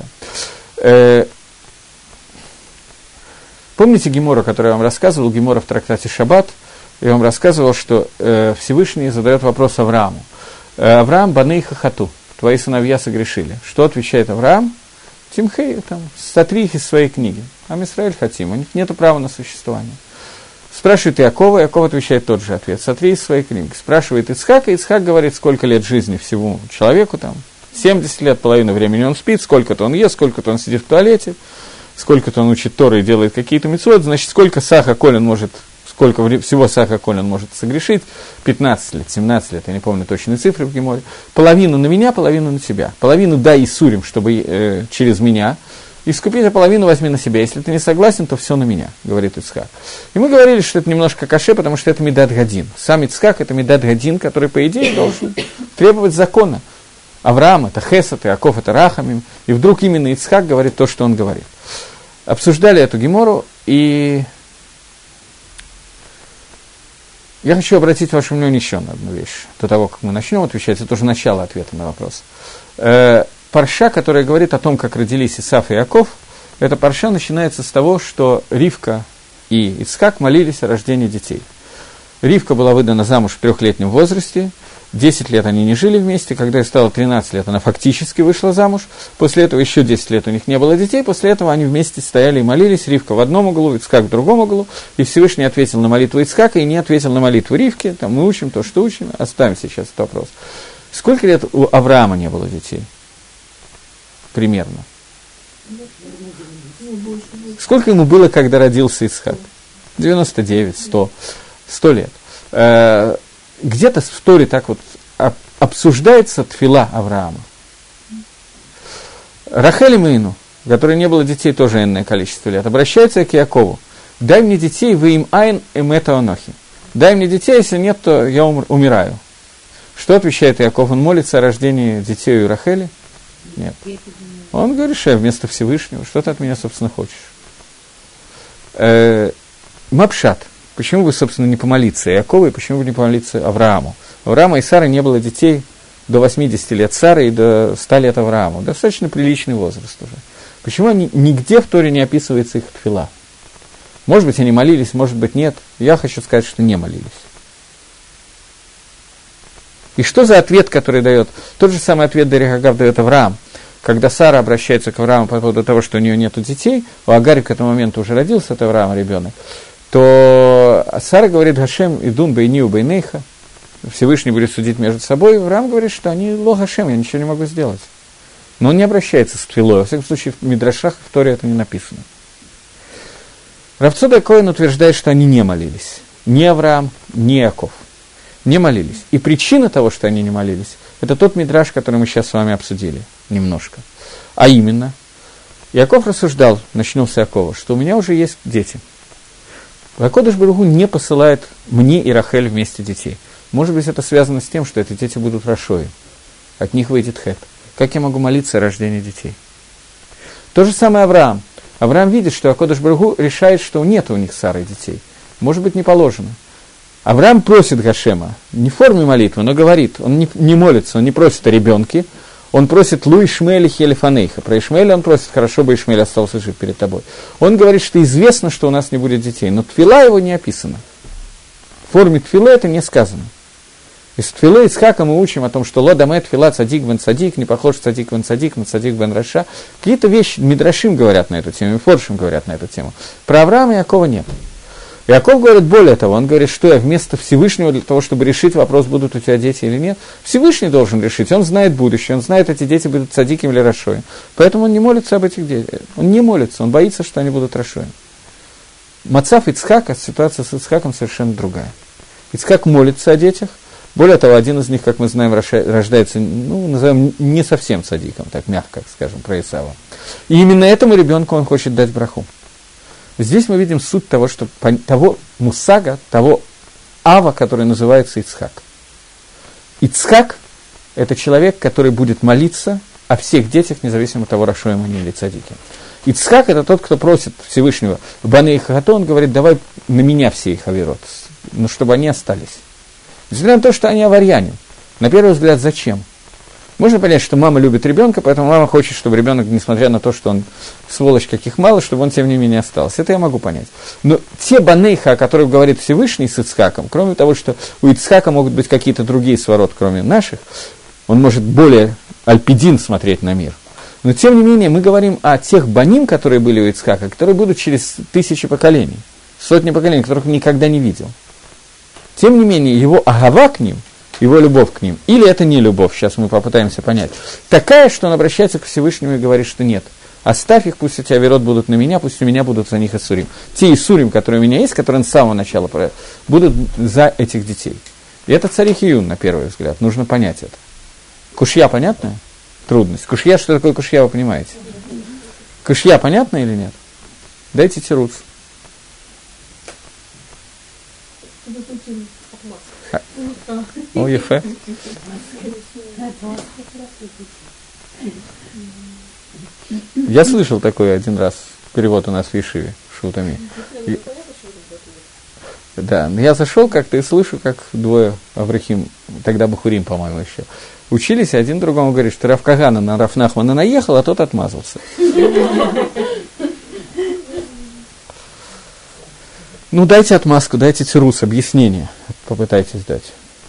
Speaker 1: Помните Гемора, который я вам рассказывал, Гемора в трактате Шаббат? Я вам рассказывал, что Всевышний задает вопрос Аврааму. Авраам, баней хахату, твои сыновья согрешили. Что отвечает Авраам? Тимхей, сотри их из своей книги. Ам Исраэль хатим, у них нет права на существование. Спрашивает Иакова, Иаков отвечает тот же ответ. Сотри из своей книги. Спрашивает Ицхак, и Ицхак говорит, сколько лет жизни всему человеку, 70 лет, половину времени он спит, сколько-то он ест, сколько-то он сидит в туалете, сколько-то он учит Тору и делает какие-то мицвот, значит, сколько всего Саха Колин может согрешить, 15 лет, 17 лет, я не помню точные цифры в Геморе, половину на меня, половину на тебя, половину дай Исурим, чтобы через меня, искупить, а половину возьми на себя. Если ты не согласен, то все на меня, говорит Ицхак. И мы говорили, что это немножко каше, потому что это Медат Гадин. Сам Ицхак – это Медат Гадин, который, по идее, должен требовать закона. Авраам – это Хесед, Иаков – это Рахамим. И вдруг именно Ицхак говорит то, что он говорит. Обсуждали эту гемору, и я хочу обратить ваше внимание еще на одну вещь. До того, как мы начнем отвечать, это уже начало ответа на вопрос. Парша, которая говорит о том, как родились Исав и Иаков, эта парша начинается с того, что Ривка и Ицхак молились о рождении детей. Ривка была выдана замуж в 3-летнем возрасте, 10 лет они не жили вместе, когда ей стало 13 лет, она фактически вышла замуж, после этого еще 10 лет у них не было детей, после этого они вместе стояли и молились, Ривка в одном углу, Ицхак в другом углу, и Всевышний ответил на молитву Ицхака и не ответил на молитву Ривки, мы учим то, что учим, оставим сейчас этот вопрос. Сколько лет у Авраама не было детей? Примерно. Сколько ему было, когда родился Ицхак? 99, 100 лет. Где-то в Торе так вот обсуждается тфила Авраама. Рахель и Маину, у которой не было детей тоже энное количество лет, обращается к Якову. Дай мне детей, вы им айн эмета онохи. Дай мне детей, если нет, то я умираю. Что отвечает Яков? Он молится о рождении детей у Рахели? Нет. Он говорит, что я вместо Всевышнего, что ты от меня, собственно, хочешь? Мапшат. Почему бы, собственно, не помолиться Якову, и почему бы не помолиться Аврааму? У Авраама и Сары не было детей до 80 лет Сары и до 100 лет Аврааму. Достаточно приличный возраст уже. Почему нигде в Торе не описывается их тфила? Может быть, они молились, может быть, нет. Я хочу сказать, что не молились. И что за ответ, который дает? Тот же самый ответ Дерих-Агав дает Авраам. Когда Сара обращается к Аврааму по поводу того, что у нее нет детей, у Агари к этому моменту уже родился от Авраама ребенок, то Сара говорит, Гашем идун бейниу бейнейха, Всевышний будет судить между собой, Авраам говорит, что они ло Гашем, я ничего не могу сделать. Но он не обращается с тфилой, во всяком случае в Мидрашах, в Торе это не написано. Рав Цадок Коэн утверждает, что они не молились. Ни Авраам, ни Иаков. Не молились. И причина того, что они не молились, это тот мидраш, который мы сейчас с вами обсудили немножко. А именно, Иаков рассуждал, начнем с Иакова, что у меня уже есть дети. Акодыш Барух Ху не посылает мне и Рахель вместе детей. Может быть, это связано с тем, что эти дети будут рашои. От них выйдет хет. Как я могу молиться о рождении детей? То же самое Авраам. Авраам видит, что Акодыш Барух Ху решает, что нет у них с Сарой детей. Может быть, не положено. Авраам просит Гашема, не в форме молитвы, но говорит, он не молится, он не просит о ребенке, он просит Лу Ишмаэля Хелифанейха. Про Ишмаэля он просит, хорошо бы Ишмаэль остался жив перед тобой. Он говорит, что известно, что у нас не будет детей, но тфила его не описана. В форме тфилы это не сказано. Из тфилы Ицхака мы учим о том, что Ло Дамэ тфила цадик бен цадик, не похож цадик бен цадик, на цадик бен Раша. Какие-то вещи, Мидрашим говорят на эту тему, Мифоршим говорят на эту тему. Про Авраама и Якова нет. Яков говорит более того, он говорит, что я вместо Всевышнего для того, чтобы решить вопрос, будут у тебя дети или нет, Всевышний должен решить, он знает будущее, он знает, эти дети будут цадиким или рашоем. Поэтому он не молится об этих детях, он не молится, он боится, что они будут рашоем. Мацав Ицхака, ситуация с Ицхаком совершенно другая. Ицхак молится о детях, более того, один из них, как мы знаем, рождается, назовем, не совсем цадиком, так мягко скажем, про Исава. И именно этому ребенку он хочет дать браху. Здесь мы видим суть того, что, того мусага, того ава, который называется Ицхак. Ицхак – это человек, который будет молиться о всех детях, независимо от того, рашоем они или цадики. Ицхак – это тот, кто просит Всевышнего, Бане и Хагато, он говорит, давай на меня все их авирот, но чтобы они остались. Несмотря на то, что они аварьяне. На первый взгляд, зачем? Можно понять, что мама любит ребенка, поэтому мама хочет, чтобы ребенок, несмотря на то, что он сволочь каких мало, чтобы он тем не менее остался. Это я могу понять. Но те банейха, о которых говорит Всевышний с Ицхаком, кроме того, что у Ицхака могут быть какие-то другие сворот, кроме наших, он может более альпидин смотреть на мир. Но тем не менее мы говорим о тех баним, которые были у Ицхака, которые будут через тысячи поколений, сотни поколений, которых он никогда не видел. Тем не менее, его агава к ним, его любовь к ним, или это не любовь, сейчас мы попытаемся понять, такая, что он обращается к Всевышнему и говорит, что нет, оставь их, пусть эти авирот будут на меня, пусть у меня будут за них иссурим. Те иссурим, которые у меня есть, которые он с самого начала будут за этих детей. И это царих Июн, на первый взгляд, нужно понять это. Кушья понятная? Трудность. Кушья, что такое кушья, вы понимаете? Кушья понятно или нет? Дайте тируц. О, ефе. Я слышал такой один раз перевод у нас в Ешиве, шутами. Да, я зашел как-то и слышу, как двое Аврахим, тогда Бахурим, по-моему, еще, учились, и один другому говорит, что Рав Кагана на Рав Нахмана наехал, а тот отмазался. Ну, дайте отмазку, дайте тирус, объяснение, попытайтесь дать.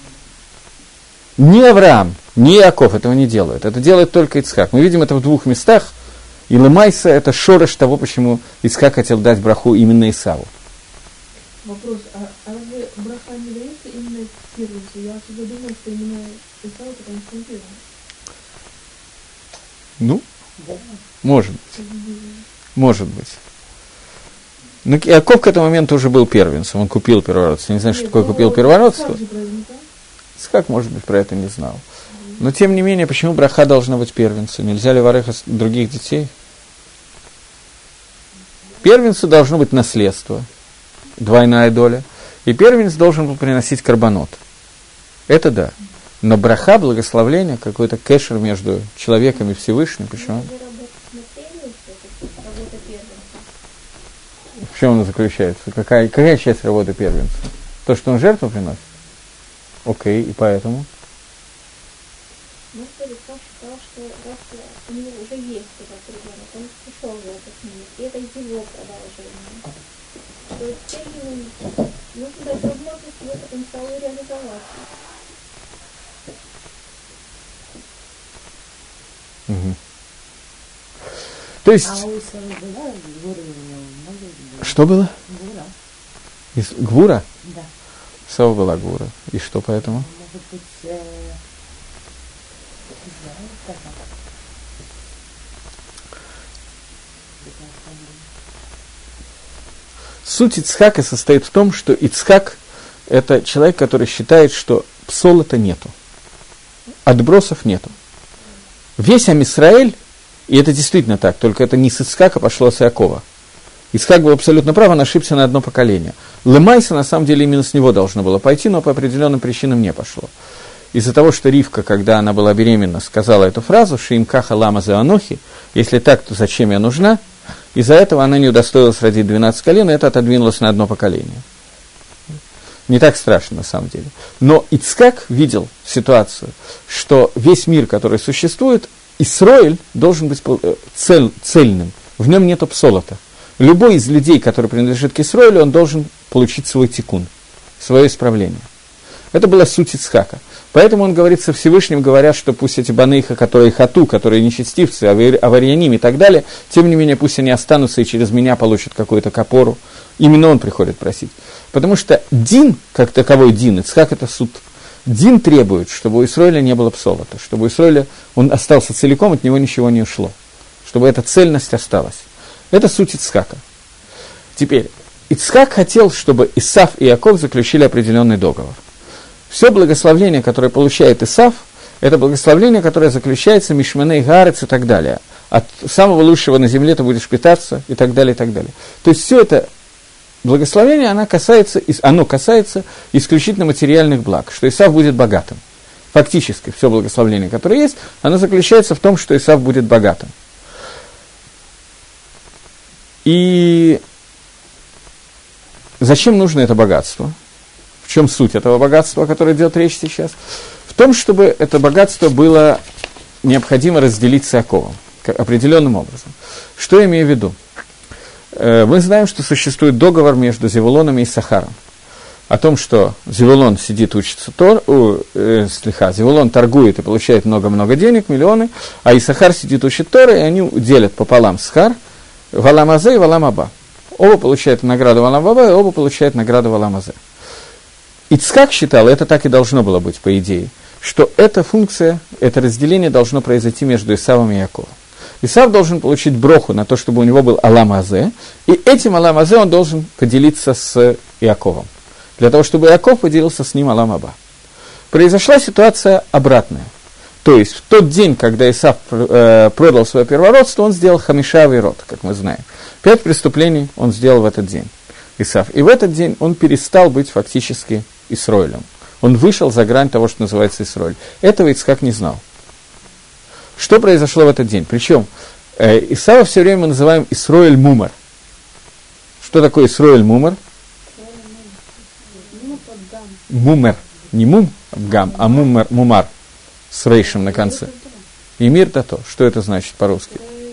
Speaker 1: Ни Авраам, ни Яков этого не делают, это делает только Ицхак. Мы видим это в двух местах, и Лемайса – это шореш того, почему Ицхак хотел дать браху именно Исаву.
Speaker 2: Вопрос, а разве браха не дается именно первенцу? Я всегда думала, что именно Исаву, потому что он первый.
Speaker 1: Ну, может быть. Может быть. Но Яков к этому моменту уже был первенцем, он купил первородство. Я не знаю, что такое купил первородство. Ицхак, может быть, про это не знал. Но, тем не менее, почему браха должна быть первенцем? Нельзя ли вареха других детей? Первенцу должно быть наследство, двойная доля. И первенец должен был приносить карбонот. Это да. Но браха, благословление, какой-то кэшер между человеком и Всевышним, почему? В чем она заключается? Какая часть работы первенца? То, что он жертву приносит? Окей, и поэтому?
Speaker 4: Может быть, он считал, что раз у него уже есть этот ребенок, он пришел в этот мир, и это его продолжение. То есть теперь ему нужно дать возможность его потенциал реализовать.
Speaker 1: Угу. То есть...
Speaker 3: А у Исавы была гвура у него?
Speaker 1: Что было?
Speaker 3: Гвура.
Speaker 1: Гвура?
Speaker 3: Да.
Speaker 1: Исава была гвура. И что поэтому?
Speaker 3: Может быть, не знаю, как.
Speaker 1: Суть Ицхака состоит в том, что Ицхак – это человек, который считает, что псолота нету, отбросов нету. Весь Ам Исраэль, и это действительно так, только это не с Ицхака пошло с Иакова. Ицхак был абсолютно прав, он ошибся на одно поколение. Лемайса, на самом деле, именно с него должно было пойти, но по определенным причинам не пошло. Из-за того, что Ривка, когда она была беременна, сказала эту фразу «Шиим каха лама за анохи», если так, то зачем я нужна? Из-за этого она не удостоилась родить 12 колен, и это отодвинулось на одно поколение. Не так страшно, на самом деле. Но Ицхак видел ситуацию, что весь мир, который существует, Исроэль должен быть цельным, в нем нету псолота. Любой из людей, который принадлежит к Исроэлю, он должен получить свой тикун, свое исправление. Это была суть Ицхака. Поэтому он говорит со Всевышним, говорят, что пусть эти банейха, которые хату, которые нечестивцы, аварьяним и так далее, тем не менее пусть они останутся и через меня получат какую-то капору. Именно он приходит просить. Потому что дин, как таковой дин, Ицхак это суд. Дин требует, чтобы у Исроэля не было псолота, чтобы у Исроэля он остался целиком, от него ничего не ушло. Чтобы эта цельность осталась. Это суть Ицхака. Теперь, Ицхак хотел, чтобы Исав и Иаков заключили определенный договор. Все благословление, которое получает Исав, это благословение, которое заключается Мишманей Гаарец и так далее. От самого лучшего на земле ты будешь питаться и так далее, и так далее. То есть все это благословение, оно касается исключительно материальных благ, что Исав будет богатым. Фактически все благословение, которое есть, оно заключается в том, что Исав будет богатым. И зачем нужно это богатство? В чем суть этого богатства, о котором идет речь сейчас? В том, чтобы это богатство было необходимо разделить с Иаковом определенным образом. Что я имею в виду? Мы знаем, что существует договор между Зевулоном и Исахаром. О том, что Зевулон сидит, учится Зевулон торгует и получает много-много денег, миллионы, а Исахар сидит, учит Торы, и они делят пополам схар, валам азе и валам аба. Оба получают награду валам аба, и оба получают награду валам азе. Ицхак считал, это так и должно было быть, по идее, что эта функция, это разделение должно произойти между Исавом и Иаковом. Исав должен получить броху на то, чтобы у него был алам азе, и этим алам азе он должен поделиться с Иаковом, для того, чтобы Иаков поделился с ним алам аба. Произошла ситуация обратная. То есть в тот день, когда Исав продал свое первородство, он сделал хамишавый род, как мы знаем. 5 преступлений он сделал в этот день, Исав. И в этот день он перестал быть фактически Исроэлем. Он вышел за грань того, что называется Исроэль. Этого Ицхак не знал. Что произошло в этот день? Причем Исава все время мы называем Исроэль Мумар. Что такое Исроэль Мумар? Мумер. Не мум, гам, а мумар с рейшем на конце. И мир то. Что это значит по-русски?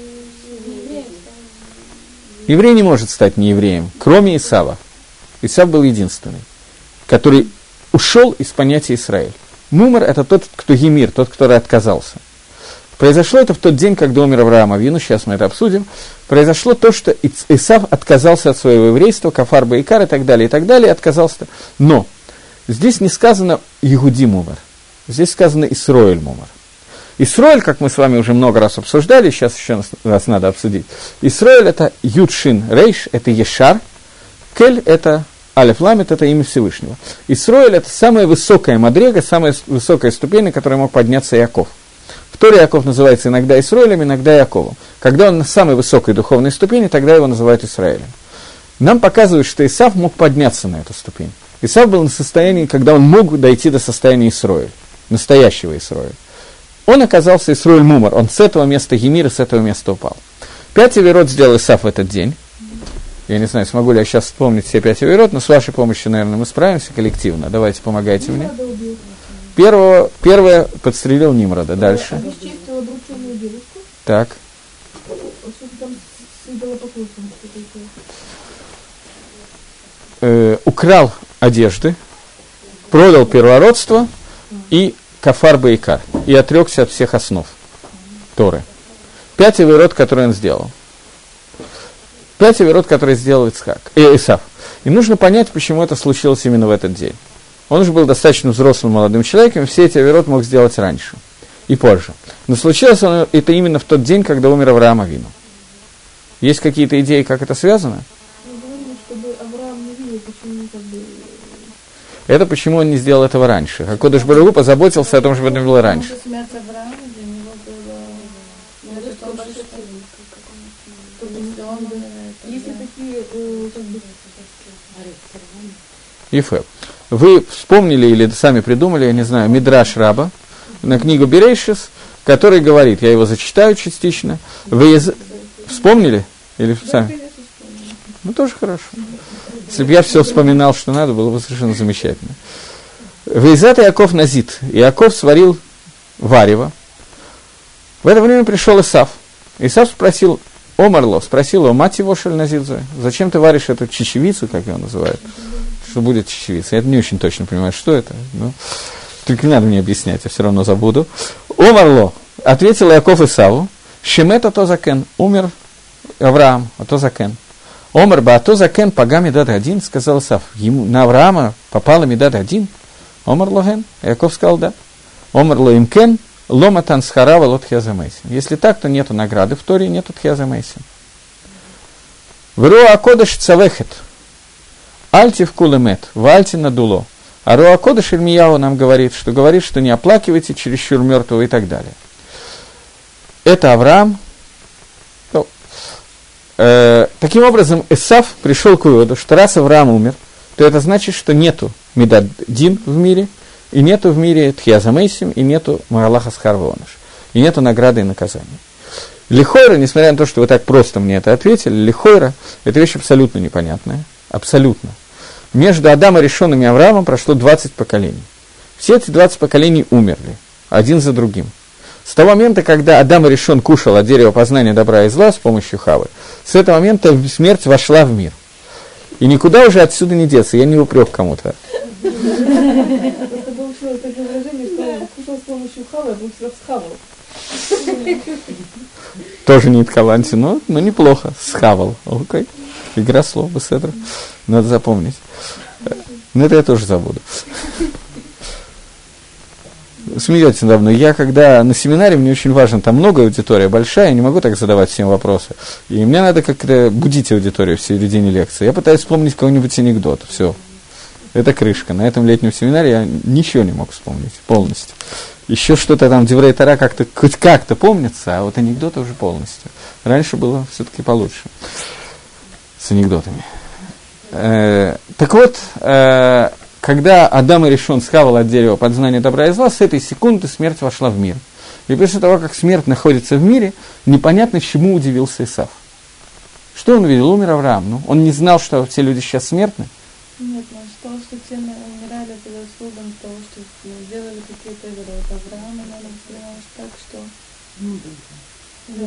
Speaker 1: Еврей не может стать неевреем, кроме Исава. Исав был единственный, который ушел из понятия Исраэль. Мумар – это тот, кто гемир, тот, который отказался. Произошло это в тот день, когда умер Авраам Авину, сейчас мы это обсудим. Произошло то, что Исав отказался от своего еврейства, кафар баикар и так далее, отказался. Но здесь не сказано Иуди Мумар, здесь сказано Исроэль Мумар. Исроэль, как мы с вами уже много раз обсуждали, сейчас еще раз надо обсудить. Исроэль – это Юдшин Рейш, это Ешар, Кель – это Алеф Ламет – это имя Всевышнего. Исроэль – это самая высокая мадрега, самая высокая ступень, на которой мог подняться Иаков. В Торе Иаков называется иногда Исроэлем, иногда Иаковом. Когда он на самой высокой духовной ступени, тогда его называют Исраэлем. Нам показывают, что Исав мог подняться на эту ступень. Исав был на состоянии, когда он мог дойти до состояния Исроэль, настоящего Исроэля. Он оказался Исроэль Мумар, он с этого места гемир, с этого места упал. 5 авирот сделал Исав в этот день. Я не знаю, смогу ли я сейчас вспомнить все 5 авирот, но с вашей помощью, наверное, мы справимся коллективно. Давайте, помогайте мне. Первое подстрелил Нимрода. Дальше.
Speaker 2: Обесчестила обрученную девушку.
Speaker 1: Так.
Speaker 2: Что-то там с идолопоклонством что-то.
Speaker 1: Украл одежды, продал первородство и кафар баикар, и отрекся от всех основ Торы. 5 авирот, которые он сделал. 5 авирот, которые сделал Исав. И нужно понять, почему это случилось именно в этот день. Он уже был достаточно взрослым молодым человеком, и все эти авирот мог сделать раньше и позже. Но случилось это именно в тот день, когда умер Авраам Авину. Есть какие-то идеи, как это связано?
Speaker 2: Чтобы Авраам не видел, почему
Speaker 1: Это почему он не сделал этого раньше. Акодыш Барух Ху позаботился о том, чтобы это было раньше.
Speaker 3: Смерть Авраама для него было...
Speaker 2: Если такие, как бы...
Speaker 1: Ефе. Вы вспомнили или сами придумали, я не знаю, Мидраш Раба на книгу Берейшис, который говорит, я его зачитаю частично. Вы вспомнили? Или сами? Ну, тоже хорошо. Если бы я все вспоминал, что надо, было бы совершенно замечательно. Вейзат Иаков назит. Иаков сварил варево. В это время пришел Исав. Исав спросил, Омарло, спросил его, мать его, шель назидзе, зачем ты варишь эту чечевицу, как ее называют? Что будет чечевица? Я не очень точно понимаю, что это. Но только не надо мне объяснять, я все равно забуду. Омарло, ответил Иаков Исаву, Шемет Атозакен, умер Авраам, Атозакен. Омар ба Атозакен пага Медад один, сказал Исав, ему на Авраама попала Медад один. Омар логен, Иаков сказал, да. Омар ло имкен, ломатан схарава лот хязамейсин. Если так, то нету награды в Торе, нету хязамейсин. Вруа кодеш цавехет. Альти в кулемет, вальти надуло. А Руа Кодеш Ирмияу нам говорит, что не оплакивайте чересчур мертвого и так далее. Это Авраам. Таким образом, Исав пришел к выводу, что раз Авраам умер, то это значит, что нету Медад Дин в мире, и нету в мире Тхьязамейсим, и нету Магалаха Схарвоныш, и нету награды и наказания. Лихойра, несмотря на то, что вы так просто мне это ответили, Лихойра – это вещь абсолютно непонятная, абсолютно. Между Адамом, Ришоном и Авраамом прошло 20 поколений. Все эти 20 поколений умерли, один за другим. С того момента, когда Адам и Ришон кушал от дерева познания добра и зла с помощью Хавы, с этого момента смерть вошла в мир. И никуда уже отсюда не деться, я не упрек кому-то.
Speaker 2: Просто получилось такое выражение, что кушал с помощью Хавы, а двух схавал.
Speaker 1: Тоже не Иткаланти, но неплохо, схавал. Окей. Игра слов, беседра. Надо запомнить. Но это я тоже забуду. Смеетесь давно. Я когда на семинаре, мне очень важно, там много аудитория большая, я не могу так задавать всем вопросы. И мне надо как-то будить аудиторию в середине лекции. Я пытаюсь вспомнить какой-нибудь анекдот. Все. Это крышка. На этом летнем семинаре я ничего не мог вспомнить полностью. Еще что-то там, Деврей Тора как-то, хоть как-то помнится, а вот анекдоты уже полностью. Раньше было все-таки получше. С анекдотами. Так вот, когда Адам и Ришон схавал от дерева познания добра и зла, с этой секунды смерть вошла в мир. И после того, как смерть находится в мире, непонятно, чему удивился Исав. Что он увидел? Умер Авраам. Ну, он не знал, что все люди сейчас смертны.
Speaker 2: Нет, он считал, что все умирали под заслугам того, что делали какие-то вещи. Вот Авраам, наверное, воспринималось так, что... Да.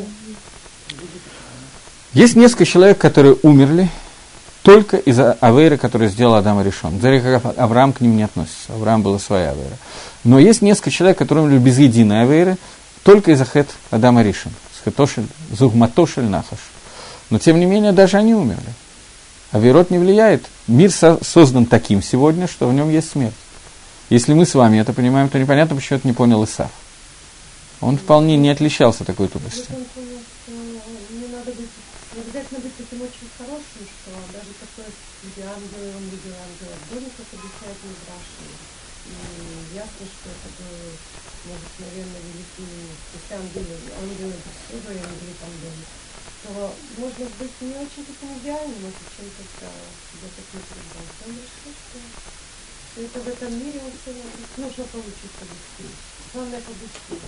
Speaker 1: Есть несколько человек, которые умерли только из-за авейры, которую сделал Адам и Ришон. Авраам к ним не относится. Авраам была своя авейра. Но есть несколько человек, которые умерли без единой авейры, только из-за хэт Адама и Ришон. Зугматошель нахаш. Но тем не менее, даже они умерли. Авейрот не влияет. Мир создан таким сегодня, что в нем есть смерть. Если мы с вами это понимаем, то непонятно, почему это не понял Исав. Он вполне не отличался такой тупостью.
Speaker 3: Обязательно быть таким очень хорошим, что даже такой, где ангелы, он видел ангела в доме, как объясняет Мидраш, и ясно, что это был, может, наверное, великий, если ангелы повсюду, и ангелы там дома, то можно быть не очень таким идеальным, если чем-то где-то не придать. Он решил, что это в этом мире нужно получить победить. Главное победить.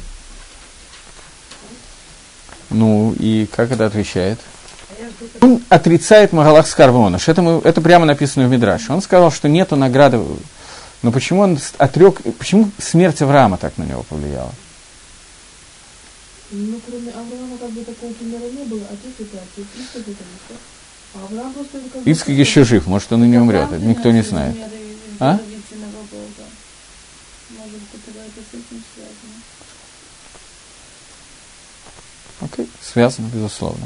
Speaker 1: Ну, и как это отвечает? Он отрицает Магалах Скарвоныш. Это прямо написано в Мидраше. Он сказал, что нету награды. Но почему он отрек, почему смерть Авраама так на него повлияла?
Speaker 2: Ну, кроме Авраама, как бы такого примера не было. Отец это отец, Ицхак это Ицхак. А Авраам просто...
Speaker 1: Ицхак еще жив, может, он и не умрет. Никто не знает. А?
Speaker 2: Может быть, это с этим связано.
Speaker 1: Окей, связано, безусловно.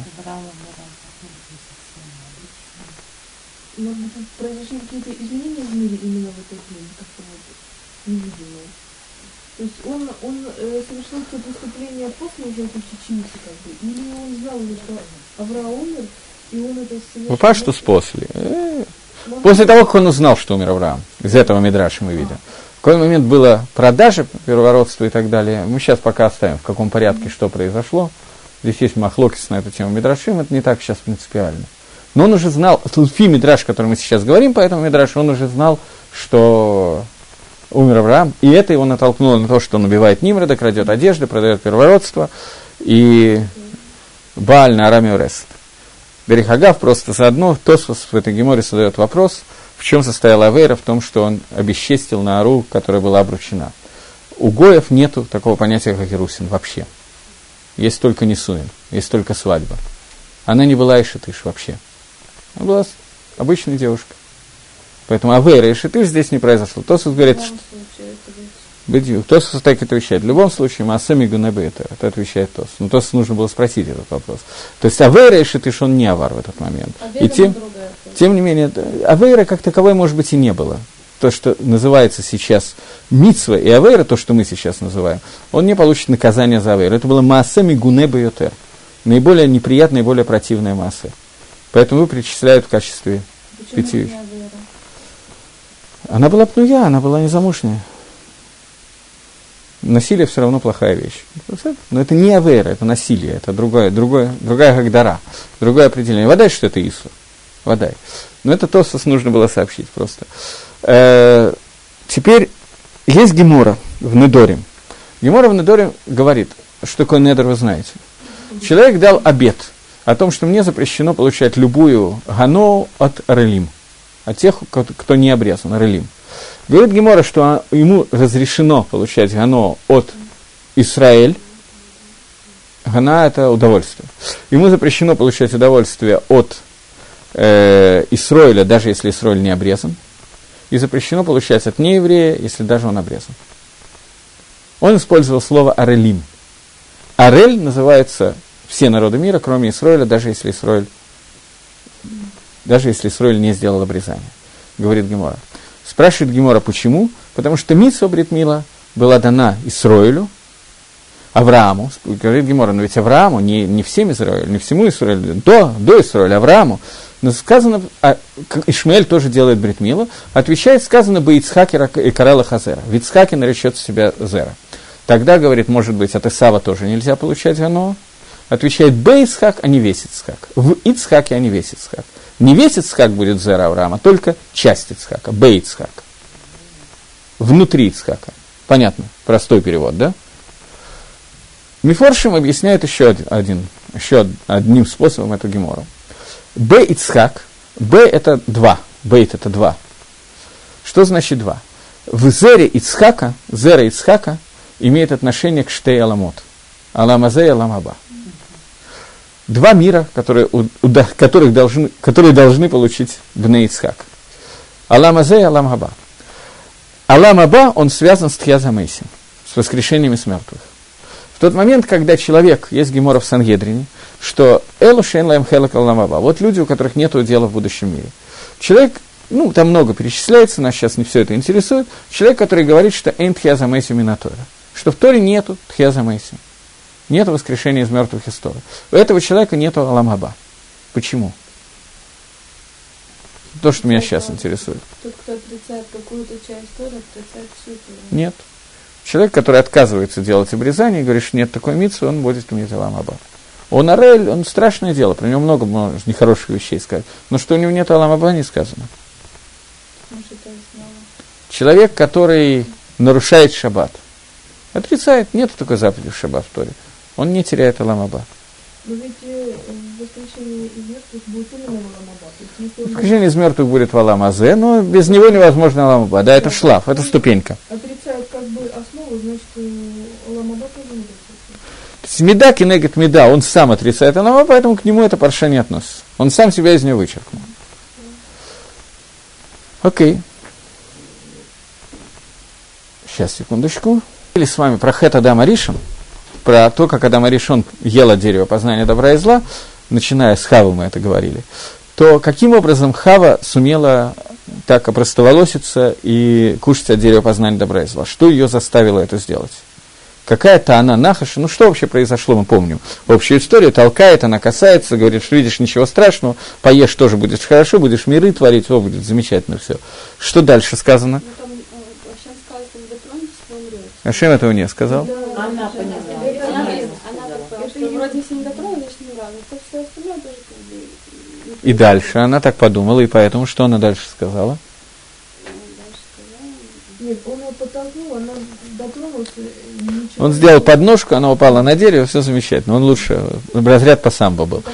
Speaker 2: Может быть, произошли какие-то изменения в мире именно в этот день, как-то вот невидимые. То есть он совершил это преступление после уже этой чечевицы, как бы, или он знал уже, что Авраам умер, и он это совершил...
Speaker 1: Ну, по что после? После того, как он узнал, что умер Авраам. Из этого Мидраша мы видим. В какой момент была продажа, первородство и так далее. Мы сейчас пока оставим, в каком порядке что произошло. Здесь есть махлокис на эту тему Мидрашим, это не так сейчас принципиально. Но он уже знал, Фи Мидраш, о котором мы сейчас говорим, по этому Мидрашу, он уже знал, что умер Авраам, и это его натолкнуло на то, что он убивает Нимрода, крадет одежды, продает первородство, и Бааль на Араме Уресет. Берихагав просто заодно, Тосфос в этой геморе задает вопрос, в чем состояла авейра, в том, что он обесчестил Наару, которая была обручена. У гоев нету такого понятия, как Ирусин, вообще. Есть только Нисуин, есть только свадьба. Она не была Ишетыш вообще. Она была обычной девушкой. Поэтому авейра и Ишетыш здесь не произошло. Тосфос говорит, что... Тосфос так и отвечает. В любом случае, Маасе Мигуне Бейтер, это отвечает Тосфос. Но Тосфосу нужно было спросить этот вопрос. То есть авейра и Ишетыш он не авар в этот момент. И тем не менее, авейра как таковой, может быть, и не было. То, что называется сейчас мицва и авейра, то, что мы сейчас называем, он не получит наказание за авейру. Это было Маасе Мигуне Бейтер. Наиболее неприятная и более противная масса. Поэтому его причисляют в качестве 5 вещей. Она была пнуя, она была незамужняя. Насилие все равно плохая вещь. Но это не авейра, это насилие, это другая гагдара, другое определение. Водай, что это Ису. Водай. Но это Тосфос нужно было сообщить просто. Теперь есть Гемора в Недорим. Гемора в Недорим говорит, что такое Недор, вы знаете. Человек дал обет о том, что мне запрещено получать любую гану от Релим, от тех, кто не обрезан, Релим. Говорит Гемора, что ему разрешено получать гану от Исраэль. Гана – это удовольствие. Ему запрещено получать удовольствие от Исроэля, даже если Исроэль не обрезан. И запрещено получать от нееврея, если даже он обрезан. Он использовал слово «арелим». Арель называется все народы мира, кроме Исроэля, даже если Исроэль не сделал обрезание, говорит Гемора. Спрашивает Гемора, почему? Потому что мицва брит мила была дана Исроэлю, Аврааму, говорит Гемора, но ведь Аврааму, не всем Израилю, не всему Исроэлю, до Исроэля, Аврааму, но сказано, Ишмаэль тоже делает брит милу, отвечает, сказано бы Ицхак и Карела Хазера, в Ицхаке наречет себя Зера. Тогда, говорит, может быть, от Исава тоже нельзя получать гану. Отвечает Бе Ицхак, а не весь Ицхак. В Ицхаке, а не весь Ицхак. Не весь Ицхак будет Зера Авраама, только часть Ицхака, Бе Ицхак. Внутри Ицхака. Понятно, простой перевод, да? Мифоршим объясняет еще одним способом эту гемору. Бе Ицхак, Бе это 2, Бейт это 2. Что значит 2? В Зере Ицхака, Зера Ицхака, имеет отношение к Штей Аламот. Аламазе и Аламаба. 2 мира, которые должны получить Бней Ицхак. Аламазе и Аламаба. Аламаба, он связан с Тхьязамейсим, с воскрешением из мертвых. В тот момент, когда человек, есть гемора в Сангедрине, что Элу Шейн Лаем Хелек Аламаба, вот люди, у которых нет дела в будущем мире. Человек, там много перечисляется, нас сейчас не все это интересует, человек, который говорит, что Эйн Тхьязамейсим Минатора, что в Торе нету Тхьязамейсим, нету воскрешения из мертвых из Торы. У этого человека нету Аламаба. Почему? То, что меня сейчас интересует.
Speaker 2: Тот, кто отрицает какую-то часть Торы, отрицает всю Тору.
Speaker 1: Нет. Человек, который отказывается делать обрезание и говорит, что нет такой мицвы, он будет иметь Аламаба. Он Арель, он страшное дело, про него много можно нехороших вещей сказать. Но что у него нет Аламаба, не сказано. Человек, который нарушает шаббат, отрицает, нет такой заповеди в шаббат в Торе. Он не теряет Аламаба.
Speaker 2: Но ведь воскрешение из мертвых будет именно Аламаба.
Speaker 1: Воскрешение из мертвых будет в Аламазе, но без него невозможно Аламаба. Да, это шлаф, это ступенька.
Speaker 2: Отрицает как бы основу, значит, Аламаба тоже не будет.
Speaker 1: То есть меда кинегет меда, он сам отрицает Аламаба, поэтому к нему эта парша не относится. Он сам себя из нее вычеркнул. Окей. Сейчас, секундочку. Или с вами про Хет Адам Аришон, про то, как Адам Аришон ел от дерева познания добра и зла, начиная с Хавы мы это говорили, то каким образом Хава сумела так опростоволоситься и кушать от дерева познания добра и зла? Что ее заставило это сделать? Какая-то она нахаша, что вообще произошло, мы помним. Общую историю толкает, она касается, говорит, что видишь, ничего страшного, поешь, тоже будет хорошо, будешь миры творить, будет замечательно все. Что дальше сказано? Ашем этого не сказал.
Speaker 2: Она поняла. Вроде если не
Speaker 4: что все остальное тоже как бы...
Speaker 1: И дальше она так подумала, и поэтому что она дальше сказала?
Speaker 2: Нет, он ее подтолкнул, она дотронулась, ничего.
Speaker 1: Он сделал подножку, она упала на дерево, все замечательно. Он лучше, разряд по самбо был.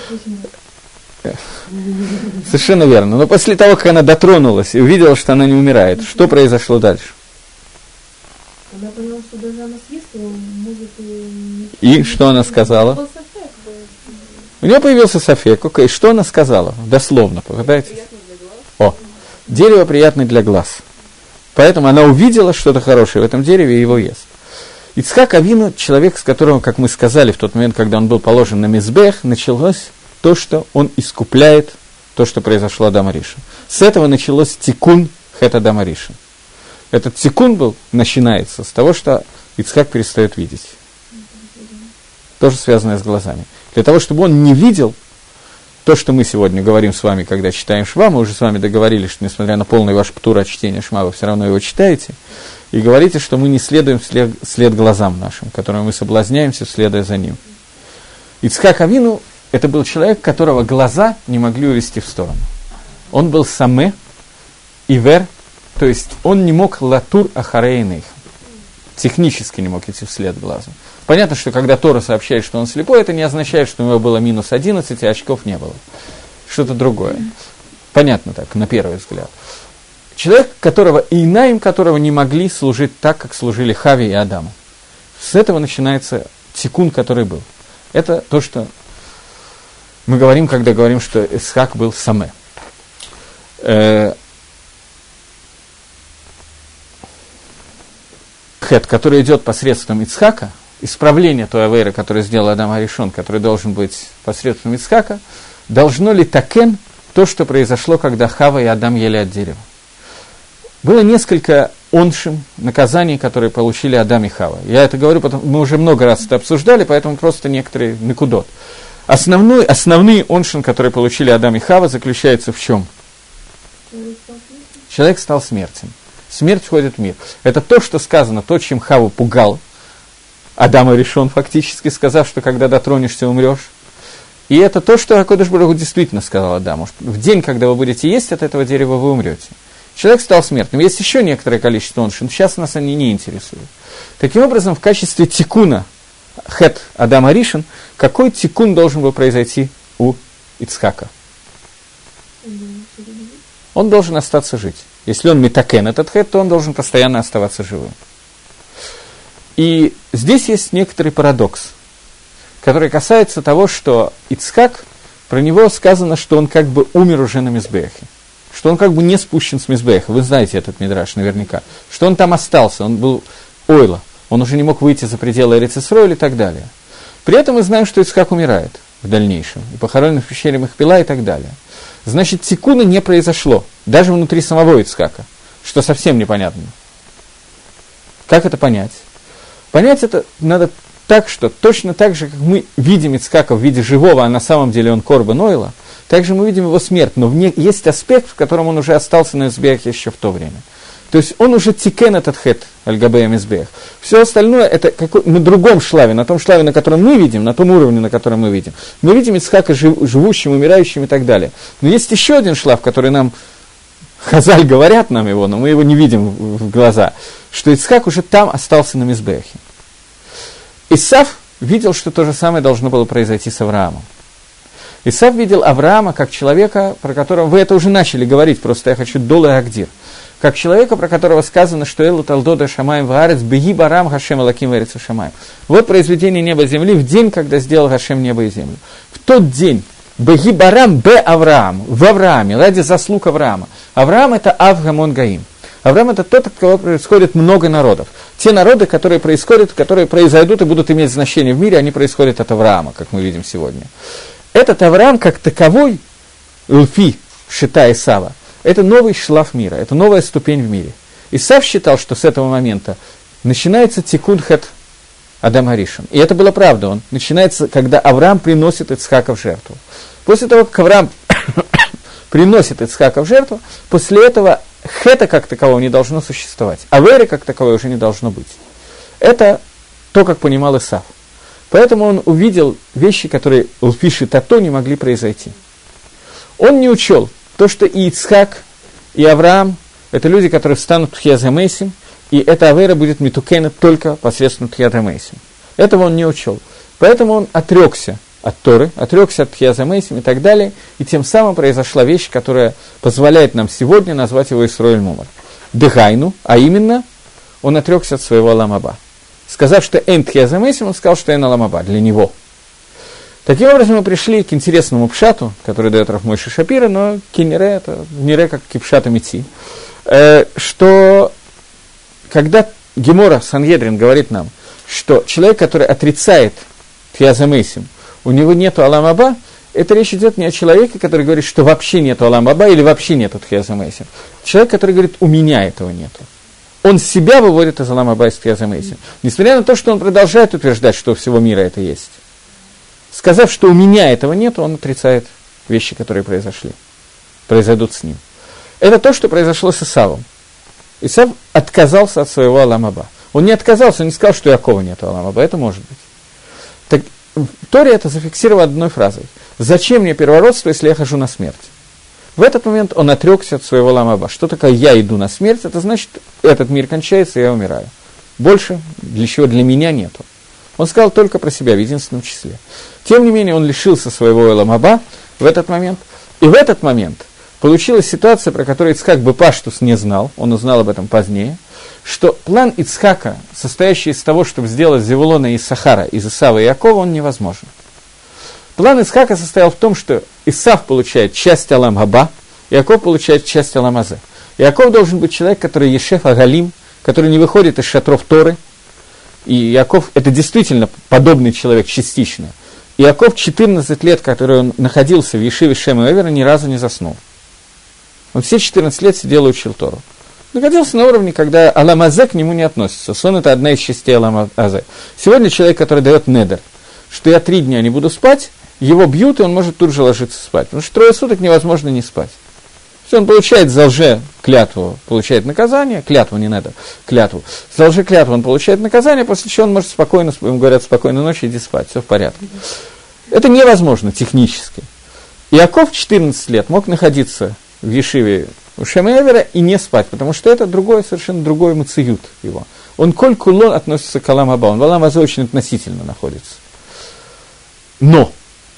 Speaker 1: Совершенно верно. Но после того, как она дотронулась и увидела, что она не умирает, что произошло дальше?
Speaker 2: Она поняла, что даже она съест его, может
Speaker 1: и что она сказала? У нее появился софек. И что она сказала? Дословно, попытайтесь. О, дерево приятное для глаз. Поэтому она увидела что-то хорошее в этом дереве и его ест. Ицхак Авину, человек, с которым, как мы сказали, в тот момент, когда он был положен на мизбех, началось то, что он искупляет то, что произошло Адам Аришон. С этого началось тикун хет Адам Аришон. Этот тикун начинается с того, что Ицхак перестает видеть. Тоже связанное с глазами. Для того, чтобы он не видел то, что мы сегодня говорим с вами, когда читаем Шма, мы уже с вами договорились, что несмотря на полный ваш птур от чтения Шма, вы все равно его читаете, и говорите, что мы не следуем вслед глазам нашим, которым мы соблазняемся, следуя за ним. Ицхак Авину – это был человек, которого глаза не могли увести в сторону. Он был саме, ивер, то есть он не мог латур ахарейных, технически не мог идти вслед глазу. Понятно, что когда Тора сообщает, что он слепой, это не означает, что у него было минус 11, и очков не было. Что-то другое. Понятно так, на первый взгляд. Человек, которого и инаим которого не могли служить так, как служили Хаве и Адаму. С этого начинается тикун, который был. Это то, что мы говорим, когда говорим, что Исхак был саме. Хет, который идет посредством Ицхака, исправление той авейры, которую сделал Адам Аришон, который должен быть посредством Ицхака, должно ли такен то, что произошло, когда Хава и Адам ели от дерева. Было несколько оншим, наказаний, которые получили Адам и Хава. Я это говорю, потому мы уже много раз это обсуждали, поэтому просто некоторые накудот. Основные оншим, которые получили Адам и Хава, заключаются в чем? Человек стал смертен. Смерть входит в мир. Это то, что сказано, то, чем Хаву пугал Адам Аришон, фактически сказав, что когда дотронешься, умрешь. И это то, что Акодыш Барух Ху действительно сказал Адаму, что в день, когда вы будете есть от этого дерева, вы умрете. Человек стал смертным. Есть еще некоторое количество оншин, сейчас нас они не интересуют. Таким образом, в качестве тикуна хет Адам Аришон, какой тикун должен был произойти у Ицхака? Он должен остаться жить. Если он метакен этот хет, то он должен постоянно оставаться живым. И здесь есть некоторый парадокс, который касается того, что Ицхак, про него сказано, что он как бы умер уже на мизбехе, что он как бы не спущен с мизбеха. Вы знаете этот мидраш наверняка. Что он там остался, он был ойла, он уже не мог выйти за пределы Эрец Исроэль и так далее. При этом мы знаем, что Ицхак умирает в дальнейшем, и похоронен в пещере Махпила и так далее. Значит, тикуна не произошло, даже внутри самого Ицхака, что совсем непонятно. Как это понять? Понять это надо так, что точно так же, как мы видим Ицхака в виде живого, а на самом деле он корбан ойла, также мы видим его смерть, но есть аспект, в котором он уже остался на Мизбехе еще в то время. То есть он уже тикен этот хет, аль-габея Мизбех. Все остальное это на другом шлаве, на том шлаве, на котором мы видим, на том уровне, на котором мы видим. Мы видим Ицхака живущим, умирающим и так далее. Но есть еще один шлав, который нам, Хазаль говорят нам его, но мы его не видим в глаза, что Ицхак уже там остался на Мизбехе. Исав видел, что то же самое должно было произойти с Авраамом. Исав видел Авраама как человека, про которого вы это уже начали говорить, просто я хочу долы агдир, как человека, про которого сказано, что Элу Талдода Шамаем Ваарец Беги Барам Хашем Алаким Варец Шамаем. Вот произведение неба и земли в день, когда сделал Хашем небо и землю. В тот день Беги Барам Бе Авраам, в Аврааме, ради заслуг Авраама. Авраам это Авгамон Гаим. Авраам это тот, от кого происходит много народов. Те народы, которые происходят, которые произойдут и будут иметь значение в мире, они происходят от Авраама, как мы видим сегодня. Этот Авраам, как таковой, Лфи, Шита Исава, это новый шлаф мира, это новая ступень в мире. Исав считал, что с этого момента начинается тикун хет Адам Аришон. И это была правда, он начинается, когда Авраам приносит Ицхака в жертву. После того, как Авраам приносит Ицхака в жертву, после этого хета как такового не должно существовать, аверы как таковой уже не должно быть. Это то, как понимал Исав. Поэтому он увидел вещи, которые, он пишет, не могли произойти. Он не учел то, что и Ицхак, и Авраам – это люди, которые встанут в Тхиязамейсим, и эта авейра будет митукена только посредством Тхиязамейсим. Этого он не учел. Поэтому он отрекся от Торы, отрекся от Тхиязамейсим и так далее, и тем самым произошла вещь, которая позволяет нам сегодня назвать его Исроэль Мумар. Дыхайну, а именно, он отрекся от своего Олам Аба. Сказав, что «эн Тхиязамейсим», он сказал, что «эн Олам Аба» для него. Таким образом, мы пришли к интересному пшату, который дает Рав Мойше Шапира, но кинере, это нере как кипшат амити, что когда Гемора Сангедрин говорит нам, что человек, который отрицает Тхиязамейсим, у него нету Олам Аба, это речь идет не о человеке, который говорит, что вообще нету Олам Аба или вообще нету Тхиязамейсим. Человек, который говорит, у меня этого нету. Он себя выводит из Олам Аба и из Тхиязамейсим. Несмотря на то, что он продолжает утверждать, что у всего мира это есть. Сказав, что у меня этого нет, он отрицает вещи, которые произойдут с ним. Это то, что произошло с Исавом. Исав отказался от своего Олам Аба. Он не отказался, он не сказал, что у Якова нет Олам Аба. Это может быть. Так, в Торе это зафиксировано одной фразой. «Зачем мне первородство, если я хожу на смерть?» В этот момент он отрекся от своего Олам Аба. Что такое «я иду на смерть»? Это значит, этот мир кончается, и я умираю. Больше для чего для меня нету. Он сказал только про себя в единственном числе. Тем не менее, он лишился своего Олам Аба в этот момент. И в этот момент получилась ситуация, про которую Ицхак бы Паштус не знал, он узнал об этом позднее, что план Ицхака, состоящий из того, чтобы сделать Зевулона и Исахара из Исава и Якова, он невозможен. План Ицхака состоял в том, что Исав получает часть Олам Аба, Яков получает часть Олам Азе. Яков должен быть человек, который Ешеф Агалим, который не выходит из шатров Торы, и Яков – это действительно подобный человек частично. И Яков 14 лет, который он находился в Ешиве Шем и Эвера, ни разу не заснул. Он все 14 лет сидел и учил Тору. Находился на уровне, когда Олам Азе к нему не относится. Сон – это одна из частей Олам Азе. Сегодня человек, который дает недер, что я 3 дня не буду спать, его бьют, и он может тут же ложиться спать. Потому что 3 суток невозможно не спать. Все, он получает за лже клятву, получает наказание, клятву не надо, клятву. За лже клятву он получает наказание, после чего он может спокойно, ему говорят, спокойной ночи, иди спать, все в порядке. Это невозможно технически. Иаков 14 лет мог находиться в Ешиве у Шем и Эвера и не спать, потому что это другой, совершенно другой мациют его. Он коль кулон относится к Олам Аба, он в Олам Азе очень относительно находится. Но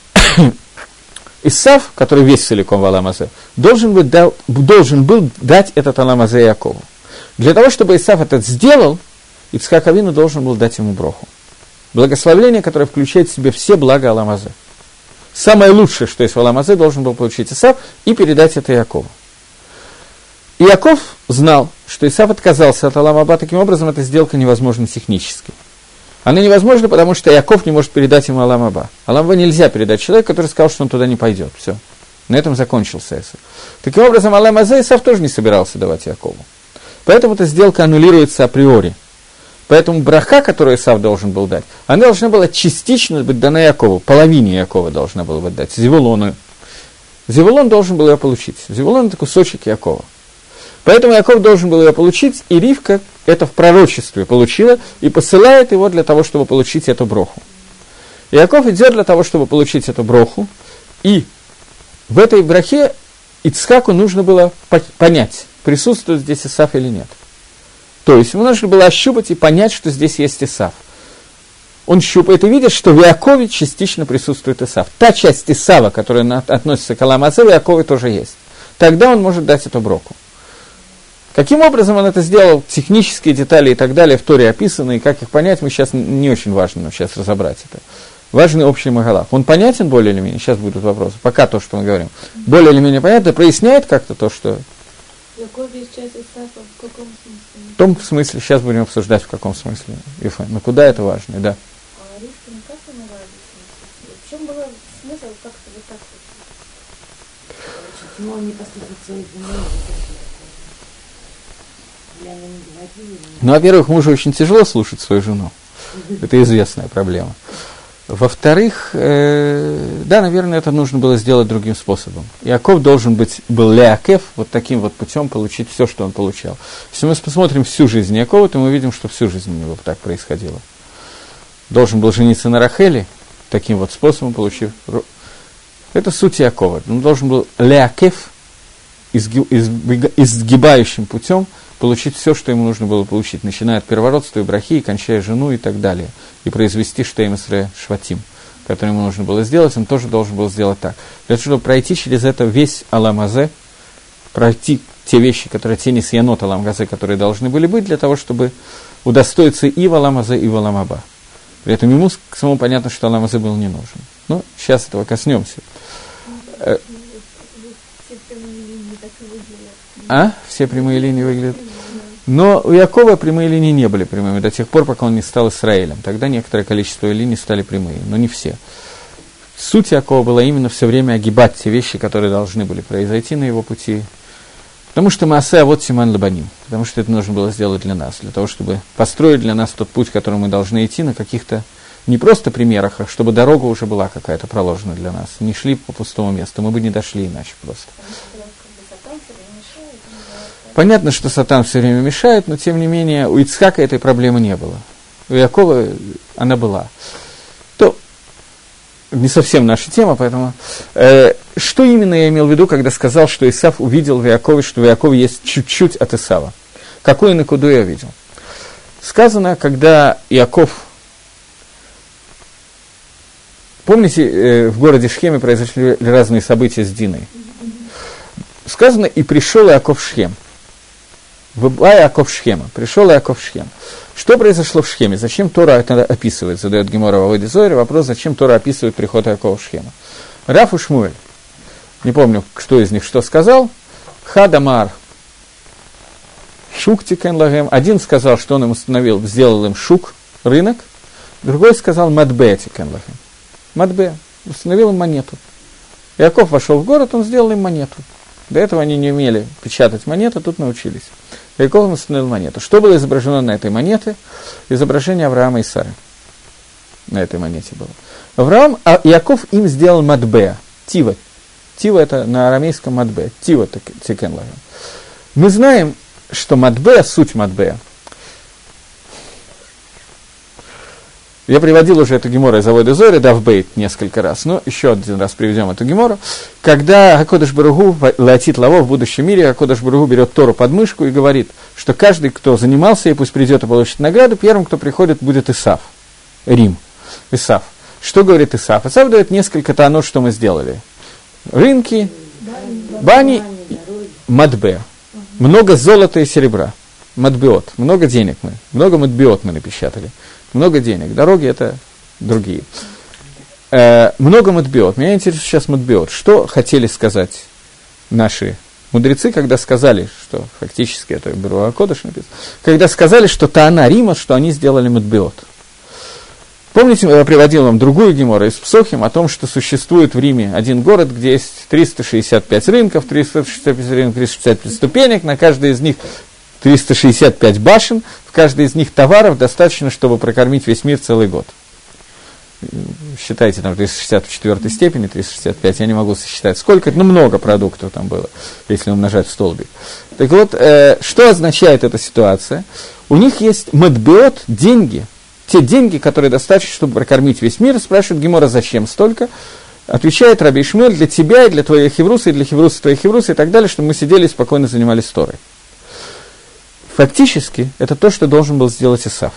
Speaker 1: Исав, который весь целиком в Олам Азе, должен был дать этот Олам Азе Якову. Для того, чтобы Исав это сделал, Ицхак Авину должен был дать ему броху. Благословление, которое включает в себе все блага Олам Азе. Самое лучшее, что есть в Олам Азе, должен был получить Исав и передать это Якову. И Яков знал, что Исав отказался от Олам Аба, таким образом эта сделка невозможна технически. Она невозможна, потому что Яков не может передать ему Олам Аба. Олам Аба нельзя передать человеку, который сказал, что он туда не пойдет. Все. На этом закончился Исав. Таким образом, Олам Азе Исав тоже не собирался давать Якову. Поэтому эта сделка аннулируется априори. Поэтому браха, которую Исав должен был дать, она должна была частично быть дана Якову. Половине Якова должна была быть дать. Зевулону. Зевулон должен был ее получить. Зевулон – это кусочек Якова. Поэтому Яков должен был ее получить, и Ривка это в пророчестве получила, и посылает его для того, чтобы получить эту броху. Яков идет для того, чтобы получить эту броху, и в этой брахе Ицхаку нужно было понять, присутствует здесь Исав или нет. То есть ему нужно было ощупать и понять, что здесь есть Исав. Он щупает и видит, что в Якове частично присутствует Исав. Та часть Исава, которая относится к Олам Азе, в Якове тоже есть. Тогда он может дать эту броху. Каким образом он это сделал, технические детали и так далее в Торе описаны, и как их понять, мы сейчас не очень важно нам сейчас разобрать это. Важный общий магалах. Он понятен более или менее? Сейчас будут вопросы. Пока то, что мы говорим. Более или менее понятно, проясняет как-то то, что...
Speaker 2: Какой весь часть Исафа, в каком смысле?
Speaker 1: В том смысле, сейчас будем обсуждать, в каком смысле. Но куда это важно, да.
Speaker 4: А Ривка, как она важна? В чем был смысл как-то вот так вот?
Speaker 3: Почему он не поступил своей женой?
Speaker 1: Ну, во-первых, мужу очень тяжело слушать свою жену. Это известная проблема. Во-вторых, да, наверное, это нужно было сделать другим способом. Иаков должен был Леакев, вот таким вот путем получить все, что он получал. Если мы посмотрим всю жизнь Иакова, то мы увидим, что всю жизнь у него так происходило. должен был жениться на Рахеле, таким вот способом получив... Это суть Якова. Он должен был леакев, изгибающим путем, получить все, что ему нужно было получить, начиная от первородства и брахи, и кончая жену и так далее, и произвести штейм исре шватим, который ему нужно было сделать, он тоже должен был сделать так. Для того, чтобы пройти через это весь Алам-Азе, пройти те вещи, которые те несьянот Алам-Азе, которые должны были быть, для того, чтобы удостоиться и в Алам-Азе, и в Алам-Аба. При этом ему самому понятно, что Алам-Азе был не нужен. Но сейчас этого коснемся. Все прямые линии выглядят. Но у Якова прямые линии не были прямыми до тех пор, пока он не стал Исраилем. Тогда некоторое количество линий стали прямые, но не все. Суть Якова была именно все время огибать те вещи, которые должны были произойти на его пути. Потому что Маасе Авот Симан Лабаним. Потому что это нужно было сделать для нас. Для того, чтобы построить для нас тот путь, которым мы должны идти на каких-то не просто примерах, а чтобы дорога уже была какая-то проложена для нас. Не шли по пустому месту, мы бы не дошли иначе просто. Понятно, что Сатан все время мешает, но тем не менее у Ицхака этой проблемы не было. У Якова она была. То не совсем наша тема, поэтому... что именно я имел в виду, когда сказал, что Исав увидел в Якове, что в Якове есть чуть-чуть от Исава? Какую накуду я видел? Сказано, когда Яков... Помните, в городе Шхеме произошли разные события с Диной? Сказано, и пришел Яков в Шхем. Яков Шхема. Пришел Яков Шхем. Что произошло в Шхеме? Зачем Тора это описывает? Задает Гемора в Авойде Зоре вопрос, зачем Тора описывает приход Якова в Шхема. Раф и Шмуэль, не помню, кто из них что сказал, Хадамар Шук Тикен Лагем. Один сказал, что он им установил, сделал им шук, рынок. Другой сказал Матбе Тикен Лагем. Матбе, установил им монету. Яков вошел в город, он сделал им монету. До этого они не умели печатать монеты, тут научились. Яков им установил монету. Что было изображено на этой монете? Изображение Авраама и Сары. На этой монете было. Яков им сделал Матбе, Тива. Тива это на арамейском Матбе. Тива Тикен Лагем. Мы знаем, что Матбе, суть Матбе. Я приводил уже эту гемору из Авойды Зоре, в Бейт несколько раз, но еще один раз приведем эту гемору. Когда Акодыш Баругу латит лаво в будущем мире, Акодыш Баругу берет Тору под мышку и говорит, что каждый, кто занимался, и пусть придет и получит награду, первым, кто приходит, будет Исав. Рим. Исав. Что говорит Исав? Исав дает несколько танот, что мы сделали. Рынки, бани, матбе. Много золота и серебра. Матбеот. Много денег мы. Много матбеот мы напечатали. Много денег. Дороги это другие. Много матбеот. Меня интересует сейчас матбеот. Что хотели сказать наши мудрецы, когда сказали, что фактически это Беруа Кодеш написано, когда сказали, что Таана Рима, что они сделали матбеот. Помните, я приводил вам другую гемору из Псохим о том, что существует в Риме один город, где есть 365 рынков, 365 ступенек, на каждой из них 365 башен, в каждой из них товаров достаточно, чтобы прокормить весь мир целый год. Считайте, там 364 степени, 365, я не могу сосчитать сколько, но много продуктов там было, если умножать в столбик. Так вот, что означает эта ситуация? У них есть матбеот, деньги, те деньги, которые достаточно, чтобы прокормить весь мир. Спрашивает Гемора, зачем столько? Отвечает Раби Ишмаэль, для тебя и для твоих хевруса, и для хевруса твоих хевруса, и так далее, чтобы мы сидели и спокойно занимались Торой. Фактически, это то, что должен был сделать Исав.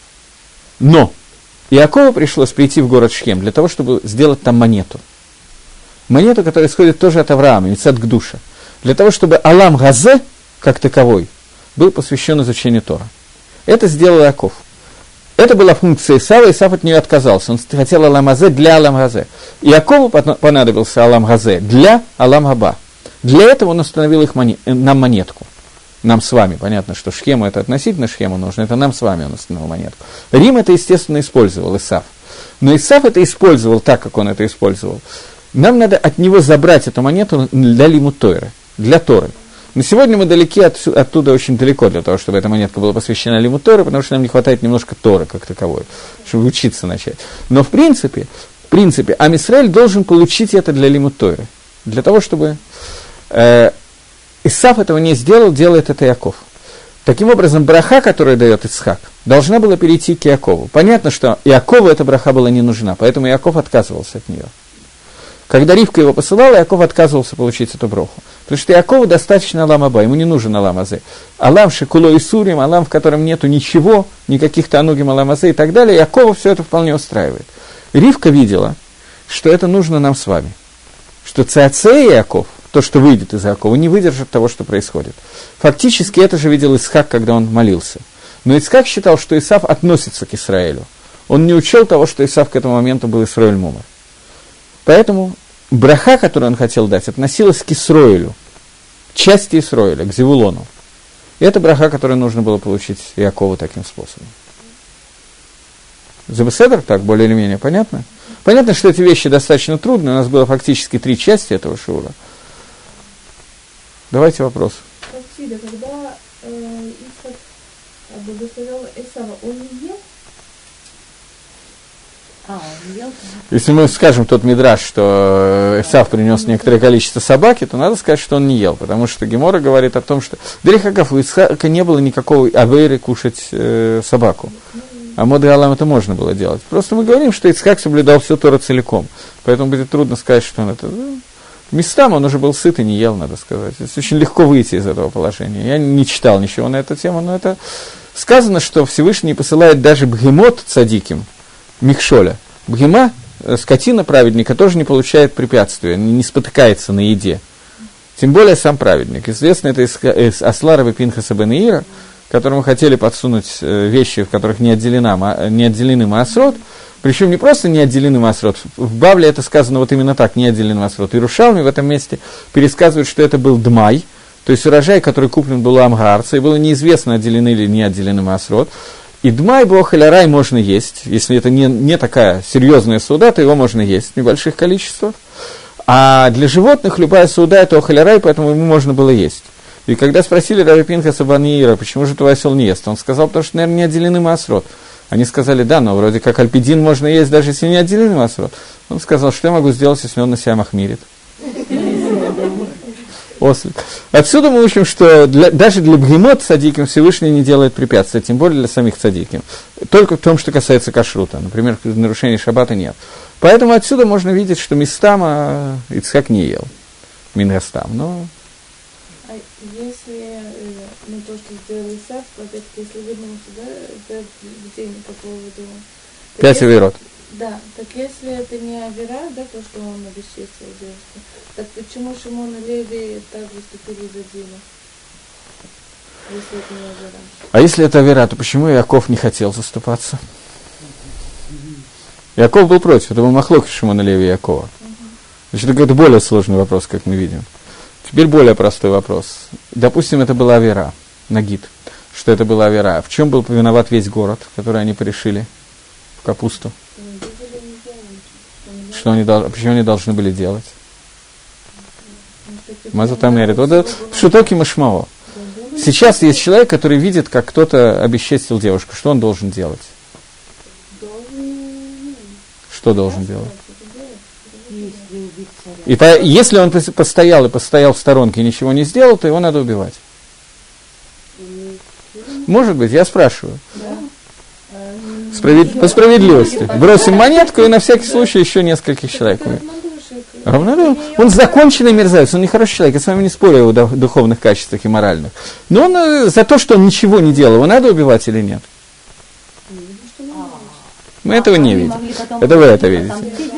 Speaker 1: Но Иакову пришлось прийти в город Шхем для того, чтобы сделать там монету. Монету, которая исходит тоже от Авраама, Мицат Гдуша. Для того, чтобы Алам Газе, как таковой, был посвящен изучению Тора. Это сделал Иаков. Это была функция Исава, Исав от нее отказался. Он хотел Алам Газе для Алам Газе. Иакову понадобился Алам Газе для Алам Габа. Для этого он установил нам монетку. Нам с вами, понятно, что Шхему это относительно Шхему нужно, это нам с вами он установил монетку. Рим это, естественно, использовал, Исав. Но Исав это использовал так, как он это использовал. Нам надо от него забрать эту монету для Лимут Тойры, для Торы. Но сегодня мы далеки оттуда очень далеко для того, чтобы эта монетка была посвящена Лимут Тойры, потому что нам не хватает немножко Торы как таковой, чтобы учиться начать. Но в принципе, Ам Исраэль должен получить это для Лимут Тойры. Для того, чтобы... Исав этого не сделал, делает это Яков. Таким образом, браха, которую дает Ицхак, должна была перейти к Иакову. Понятно, что Иакову эта браха была не нужна, поэтому Иаков отказывался от нее. Когда Ривка его посылала, Иаков отказывался получить эту браху. Потому что Иакову достаточно Алам Аба, ему не нужен Алам Азе. Алам Шекуло и Сурим, Алам, в котором нету ничего, никаких Танугим Алам Азе и так далее, Иакову все это вполне устраивает. Ривка видела, что это нужно нам с вами. Что Цеацея Иаков, то, что выйдет из Иакова, не выдержит того, что происходит. Фактически это же видел Ицхак, когда он молился. Но Ицхак считал, что Исав относится к Исраилю. Он не учел того, что Исав к этому моменту был Исроэль Мумар. Поэтому браха, которую он хотел дать, относилась к Исроэлю, к части Исроэля, к Зевулону. И это браха, которую нужно было получить Иакову таким способом. Забеседер, так, более или менее понятно? Понятно, что эти вещи достаточно трудные, у нас было фактически 3 части этого шиура. Давайте вопрос.
Speaker 2: Когда Ицхак благословил Эсава, он не ел?
Speaker 3: Он ел?
Speaker 1: Если мы скажем тот мидраш, что Эсав принес некоторое количество собаки, то надо сказать, что он не ел, потому что Гемора говорит о том, что Дрихаков у Ицхака не было никакого авейры кушать собаку. А Моды Алам это можно было делать. Просто мы говорим, что Ицхак соблюдал всю Тору целиком, поэтому будет трудно сказать, что он это... Местам он уже был сыт и не ел, надо сказать. Это очень легко выйти из этого положения. Я не читал ничего на эту тему, но это сказано, что Всевышний посылает даже бгемот цадиким, микшоля. Бгема, скотина праведника, тоже не получает препятствия, не спотыкается на еде. Тем более сам праведник. Известно это из Аслара Пинхаса бен Иира, которому хотели подсунуть вещи, в которых не отделены маасрот. Причем не просто не отделены маасрот. В Бавле это сказано вот именно так, не отделены маасрот. Иерушалми в этом месте пересказывают, что это был дмай, то есть урожай, который куплен был у амгарца, и было неизвестно, отделены или не отделены маасрот. И дмай бохалярай можно есть, если это не такая серьезная сауда, то его можно есть в небольших количествах. А для животных любая сауда – это охалярай, поэтому ему можно было есть. И когда спросили Раби Пинхаса бен Иира, почему же твой осел не ест, он сказал, потому что, наверное, не отделены маасрот. Они сказали, да, но вроде как альпидин можно есть, даже если не отделены маасрот. Он сказал, что я могу сделать, если он на себя махмирит. Ослик. Отсюда мы учим, что даже для бгемот цадиким Всевышний не делает препятствия, тем более для самих цадиким. Только в том, что касается кашрута. Например, нарушения шаббата нет. Поэтому отсюда можно видеть, что местама Ицхак не ел. Мингастам. Но...
Speaker 2: А если, то, что сделал Исав, опять-таки, если вернуться, да, это детей по поводу...
Speaker 1: 5 авирот.
Speaker 2: Да, так если это не авира, да, то, что он обесчестил девушку, так почему Шимон и Леви так выступили за Дину? Если это не авира.
Speaker 1: А если это авира, то почему Иаков не хотел заступаться? Иаков был против, это был махлок Шимона Леви и Иакова. Значит, это какой-то более сложный вопрос, как мы видим. Теперь более простой вопрос. Допустим, это была авира, нагид, что это была авира. В чем был виноват весь город, который они порешили? В капусту. Что они, почему они должны были делать? Мазатамерит. Вот шуток и машмао. Сейчас есть человек, который видит, как кто-то обесчестил девушку. Что он должен делать? Что должен делать? И если он постоял в сторонке и ничего не сделал, то его надо убивать. Может быть, я спрашиваю. По справедливости. Бросим монетку и на всякий случай еще нескольких человек. Он законченный мерзавец, он нехороший человек, я с вами не спорю о его духовных качествах и моральных. Но он за то, что он ничего не делал, его надо убивать или нет? Мы этого не видим. Это вы это видите.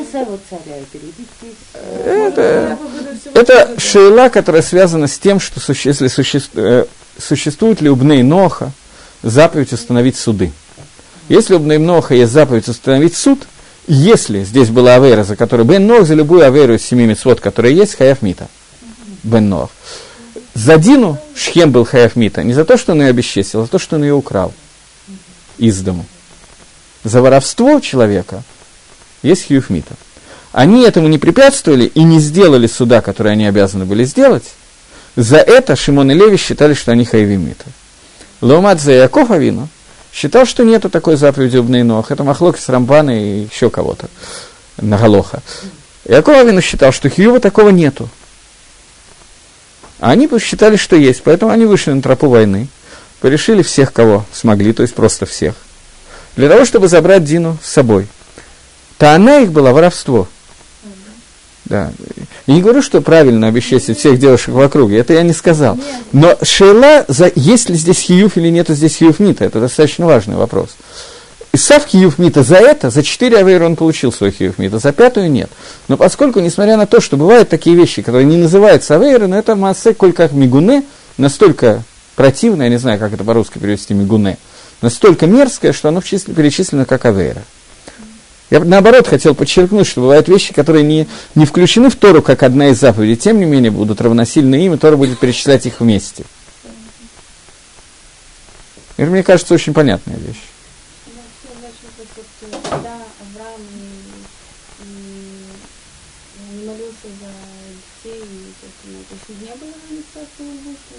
Speaker 1: Это шейла, которая связана с тем, что если существует ли у Бней Ноха заповедь установить суды. Если у Бней Ноха есть заповедь установить суд, если здесь была авейра, за которую Бен Нох, за любую авейру из 7 мицвот, которая есть, хаяв мита. Бен Нох. За Дину Шхем был хаяв мита, не за то, что он ее обесчестил, а за то, что он ее украл из дому. За воровство человека есть хаяв мита. Они этому не препятствовали и не сделали суда, который они обязаны были сделать. За это Шимон и Леви считали, что они хаявим мита. Леомат за Иаков Авину считал, что нету такой заповеди у Бней Нох. Это махлокис Рамбана и еще кого-то. Нагалоха. Иаков Авину считал, что хиюва такого нету. А они считали, что есть. Поэтому они вышли на тропу войны. порешили всех, кого смогли, то есть просто всех, для того, чтобы забрать Дину с собой. Таана их была воровство. Да. Я не говорю, что правильно обесчестить всех девушек в округе, это я не сказал. Но шейла, есть ли здесь хиюф или нету здесь хиюф мита, это достаточно важный вопрос. Исав хиюф мита за 4 авейра он получил свой хиюф мита, за 5 нет. Но поскольку, несмотря на то, что бывают такие вещи, которые не называются авейры, но это маасе коль как мигуне, настолько противное, я не знаю, как это по-русски перевести мигуне, настолько мерзкое, что оно перечислено как авейра. Я, наоборот, хотел подчеркнуть, что бывают вещи, которые не включены в Тору как одна из заповедей, тем не менее будут равносильны им, и Тора будет перечислять их вместе. Это, мне кажется, очень понятная вещь.
Speaker 4: Когда Авраам не молился за детей, то есть не было инициации убийства,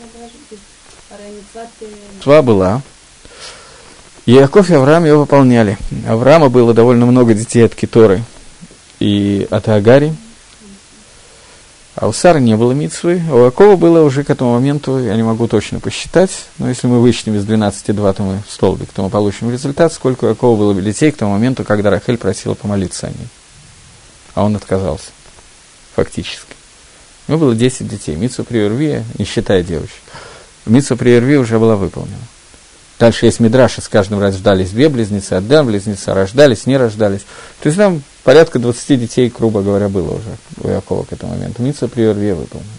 Speaker 1: Тва была. И Иаков и Авраам ее выполняли. У Авраама было довольно много детей от Кеторы и от Агари. А у Сары не было мицвы. А у Иакова было уже к этому моменту, я не могу точно посчитать, но если мы вычтем из 12-2, то мы в столбик, то мы получим результат, сколько у Иакова было детей к тому моменту, когда Рахель просила помолиться о ней. А он отказался, фактически. У него было 10 детей. Мицва при Ирве, не считая девочек. Мицва при Ирве уже была выполнена. Дальше есть мидраши, с каждым рождались 2 близнецы, одна близнеца, рождались, не рождались. То есть там порядка 20 детей, грубо говоря, было уже у Иакова к этому моменту. Мицва при Ирве выполнена.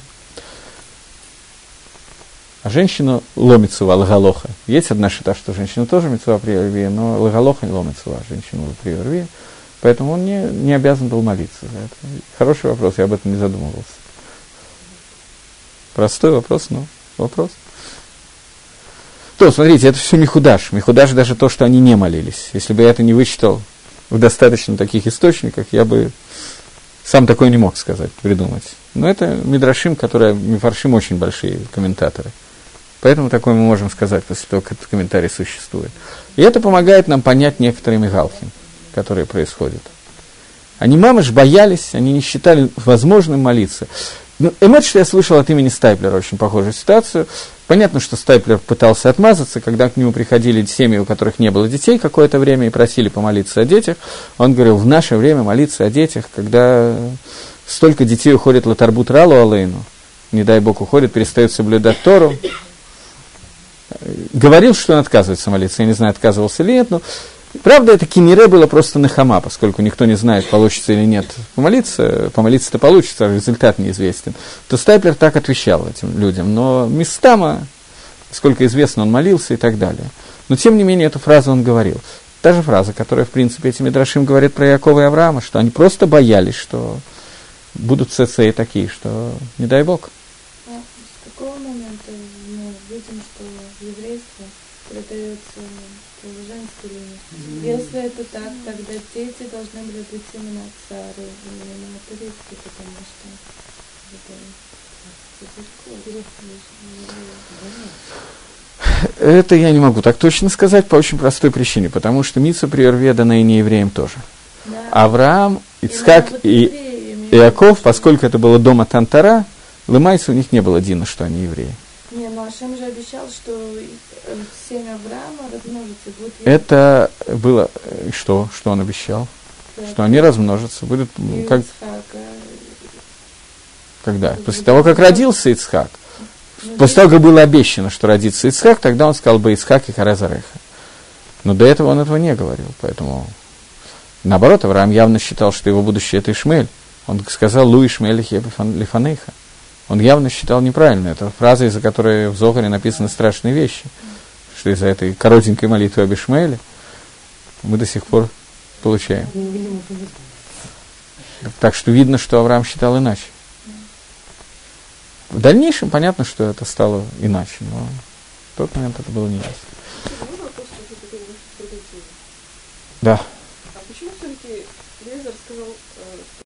Speaker 1: А женщину ломицу лагалоха. Есть одна шита, что женщина тоже мицва при Ирве, но лагалоха не ломицу, а женщину при Ирве. Поэтому он не обязан был молиться за это. Хороший вопрос, я об этом не задумывался. Простой вопрос, но вопрос. То, смотрите, это все михудаш. Михудаш даже то, что они не молились. Если бы я это не вычитал в достаточно таких источниках, я бы сам такое не мог сказать, придумать. Но это мидрашим, которые, мифаршим очень большие комментаторы. Поэтому такое мы можем сказать, после того, как этот комментарий существует. И это помогает нам понять некоторые мигалхи, которые происходят. Они мамыш боялись, они не считали возможным молиться. Ну, эмет, что я слышал от имени Стайплера, очень похожую ситуацию. Понятно, что Стайплер пытался отмазаться, когда к нему приходили семьи, у которых не было детей какое-то время, и просили помолиться о детях. Он говорил, в наше время молиться о детях, когда столько детей уходит латарбут ралу алейну, не дай Бог уходит, перестают соблюдать Тору. Говорил, что он отказывается молиться, я не знаю, отказывался или нет, но правда, это кинере было просто нахама, поскольку никто не знает, получится или нет помолиться-то получится, а результат неизвестен. То Стайплер так отвечал этим людям, но местама, сколько известно, он молился и так далее. Но, тем не менее, эту фразу он говорил. Та же фраза, которая, в принципе, эти мидрашим говорят про Иакова и Авраама, что они просто боялись, что будут цецеи такие, что не дай Бог.
Speaker 2: А с какого момента мы видим, что еврейство передается в женской линии? Если это так, тогда дети должны были быть именно от Сары, именно от Ривки, потому что
Speaker 1: это я не могу так точно сказать по очень простой причине, потому что мицва при Ирве дана и не евреям тоже. Да. Авраам, Ицхак и Иаков, поскольку это было дома Тантара, лымайса у них не было дина, что они евреи.
Speaker 2: Не, но Ашем же обещал, что семя Авраама размножится. Будет
Speaker 1: это было... Что он обещал? Да. Что они размножатся. Будет как... Когда? После того, как родился Ицхак. После того, как было обещано, что родится Ицхак, тогда он сказал бы Ицхак и Харазареха. Но до этого он этого не говорил. Поэтому, наоборот, Авраам явно считал, что его будущее – это Ишмаэль. Он сказал «Лу Ишмаэль лифанейха». Он явно считал неправильно. Это фраза, из-за которой в Зогаре написаны страшные вещи. Что из-за этой коротенькой молитвы об Ишмаэле мы до сих пор получаем. Так что видно, что Авраам считал иначе. В дальнейшем понятно, что это стало иначе, но в тот момент это было неясно. Да.
Speaker 3: А почему все-таки Лезер сказал,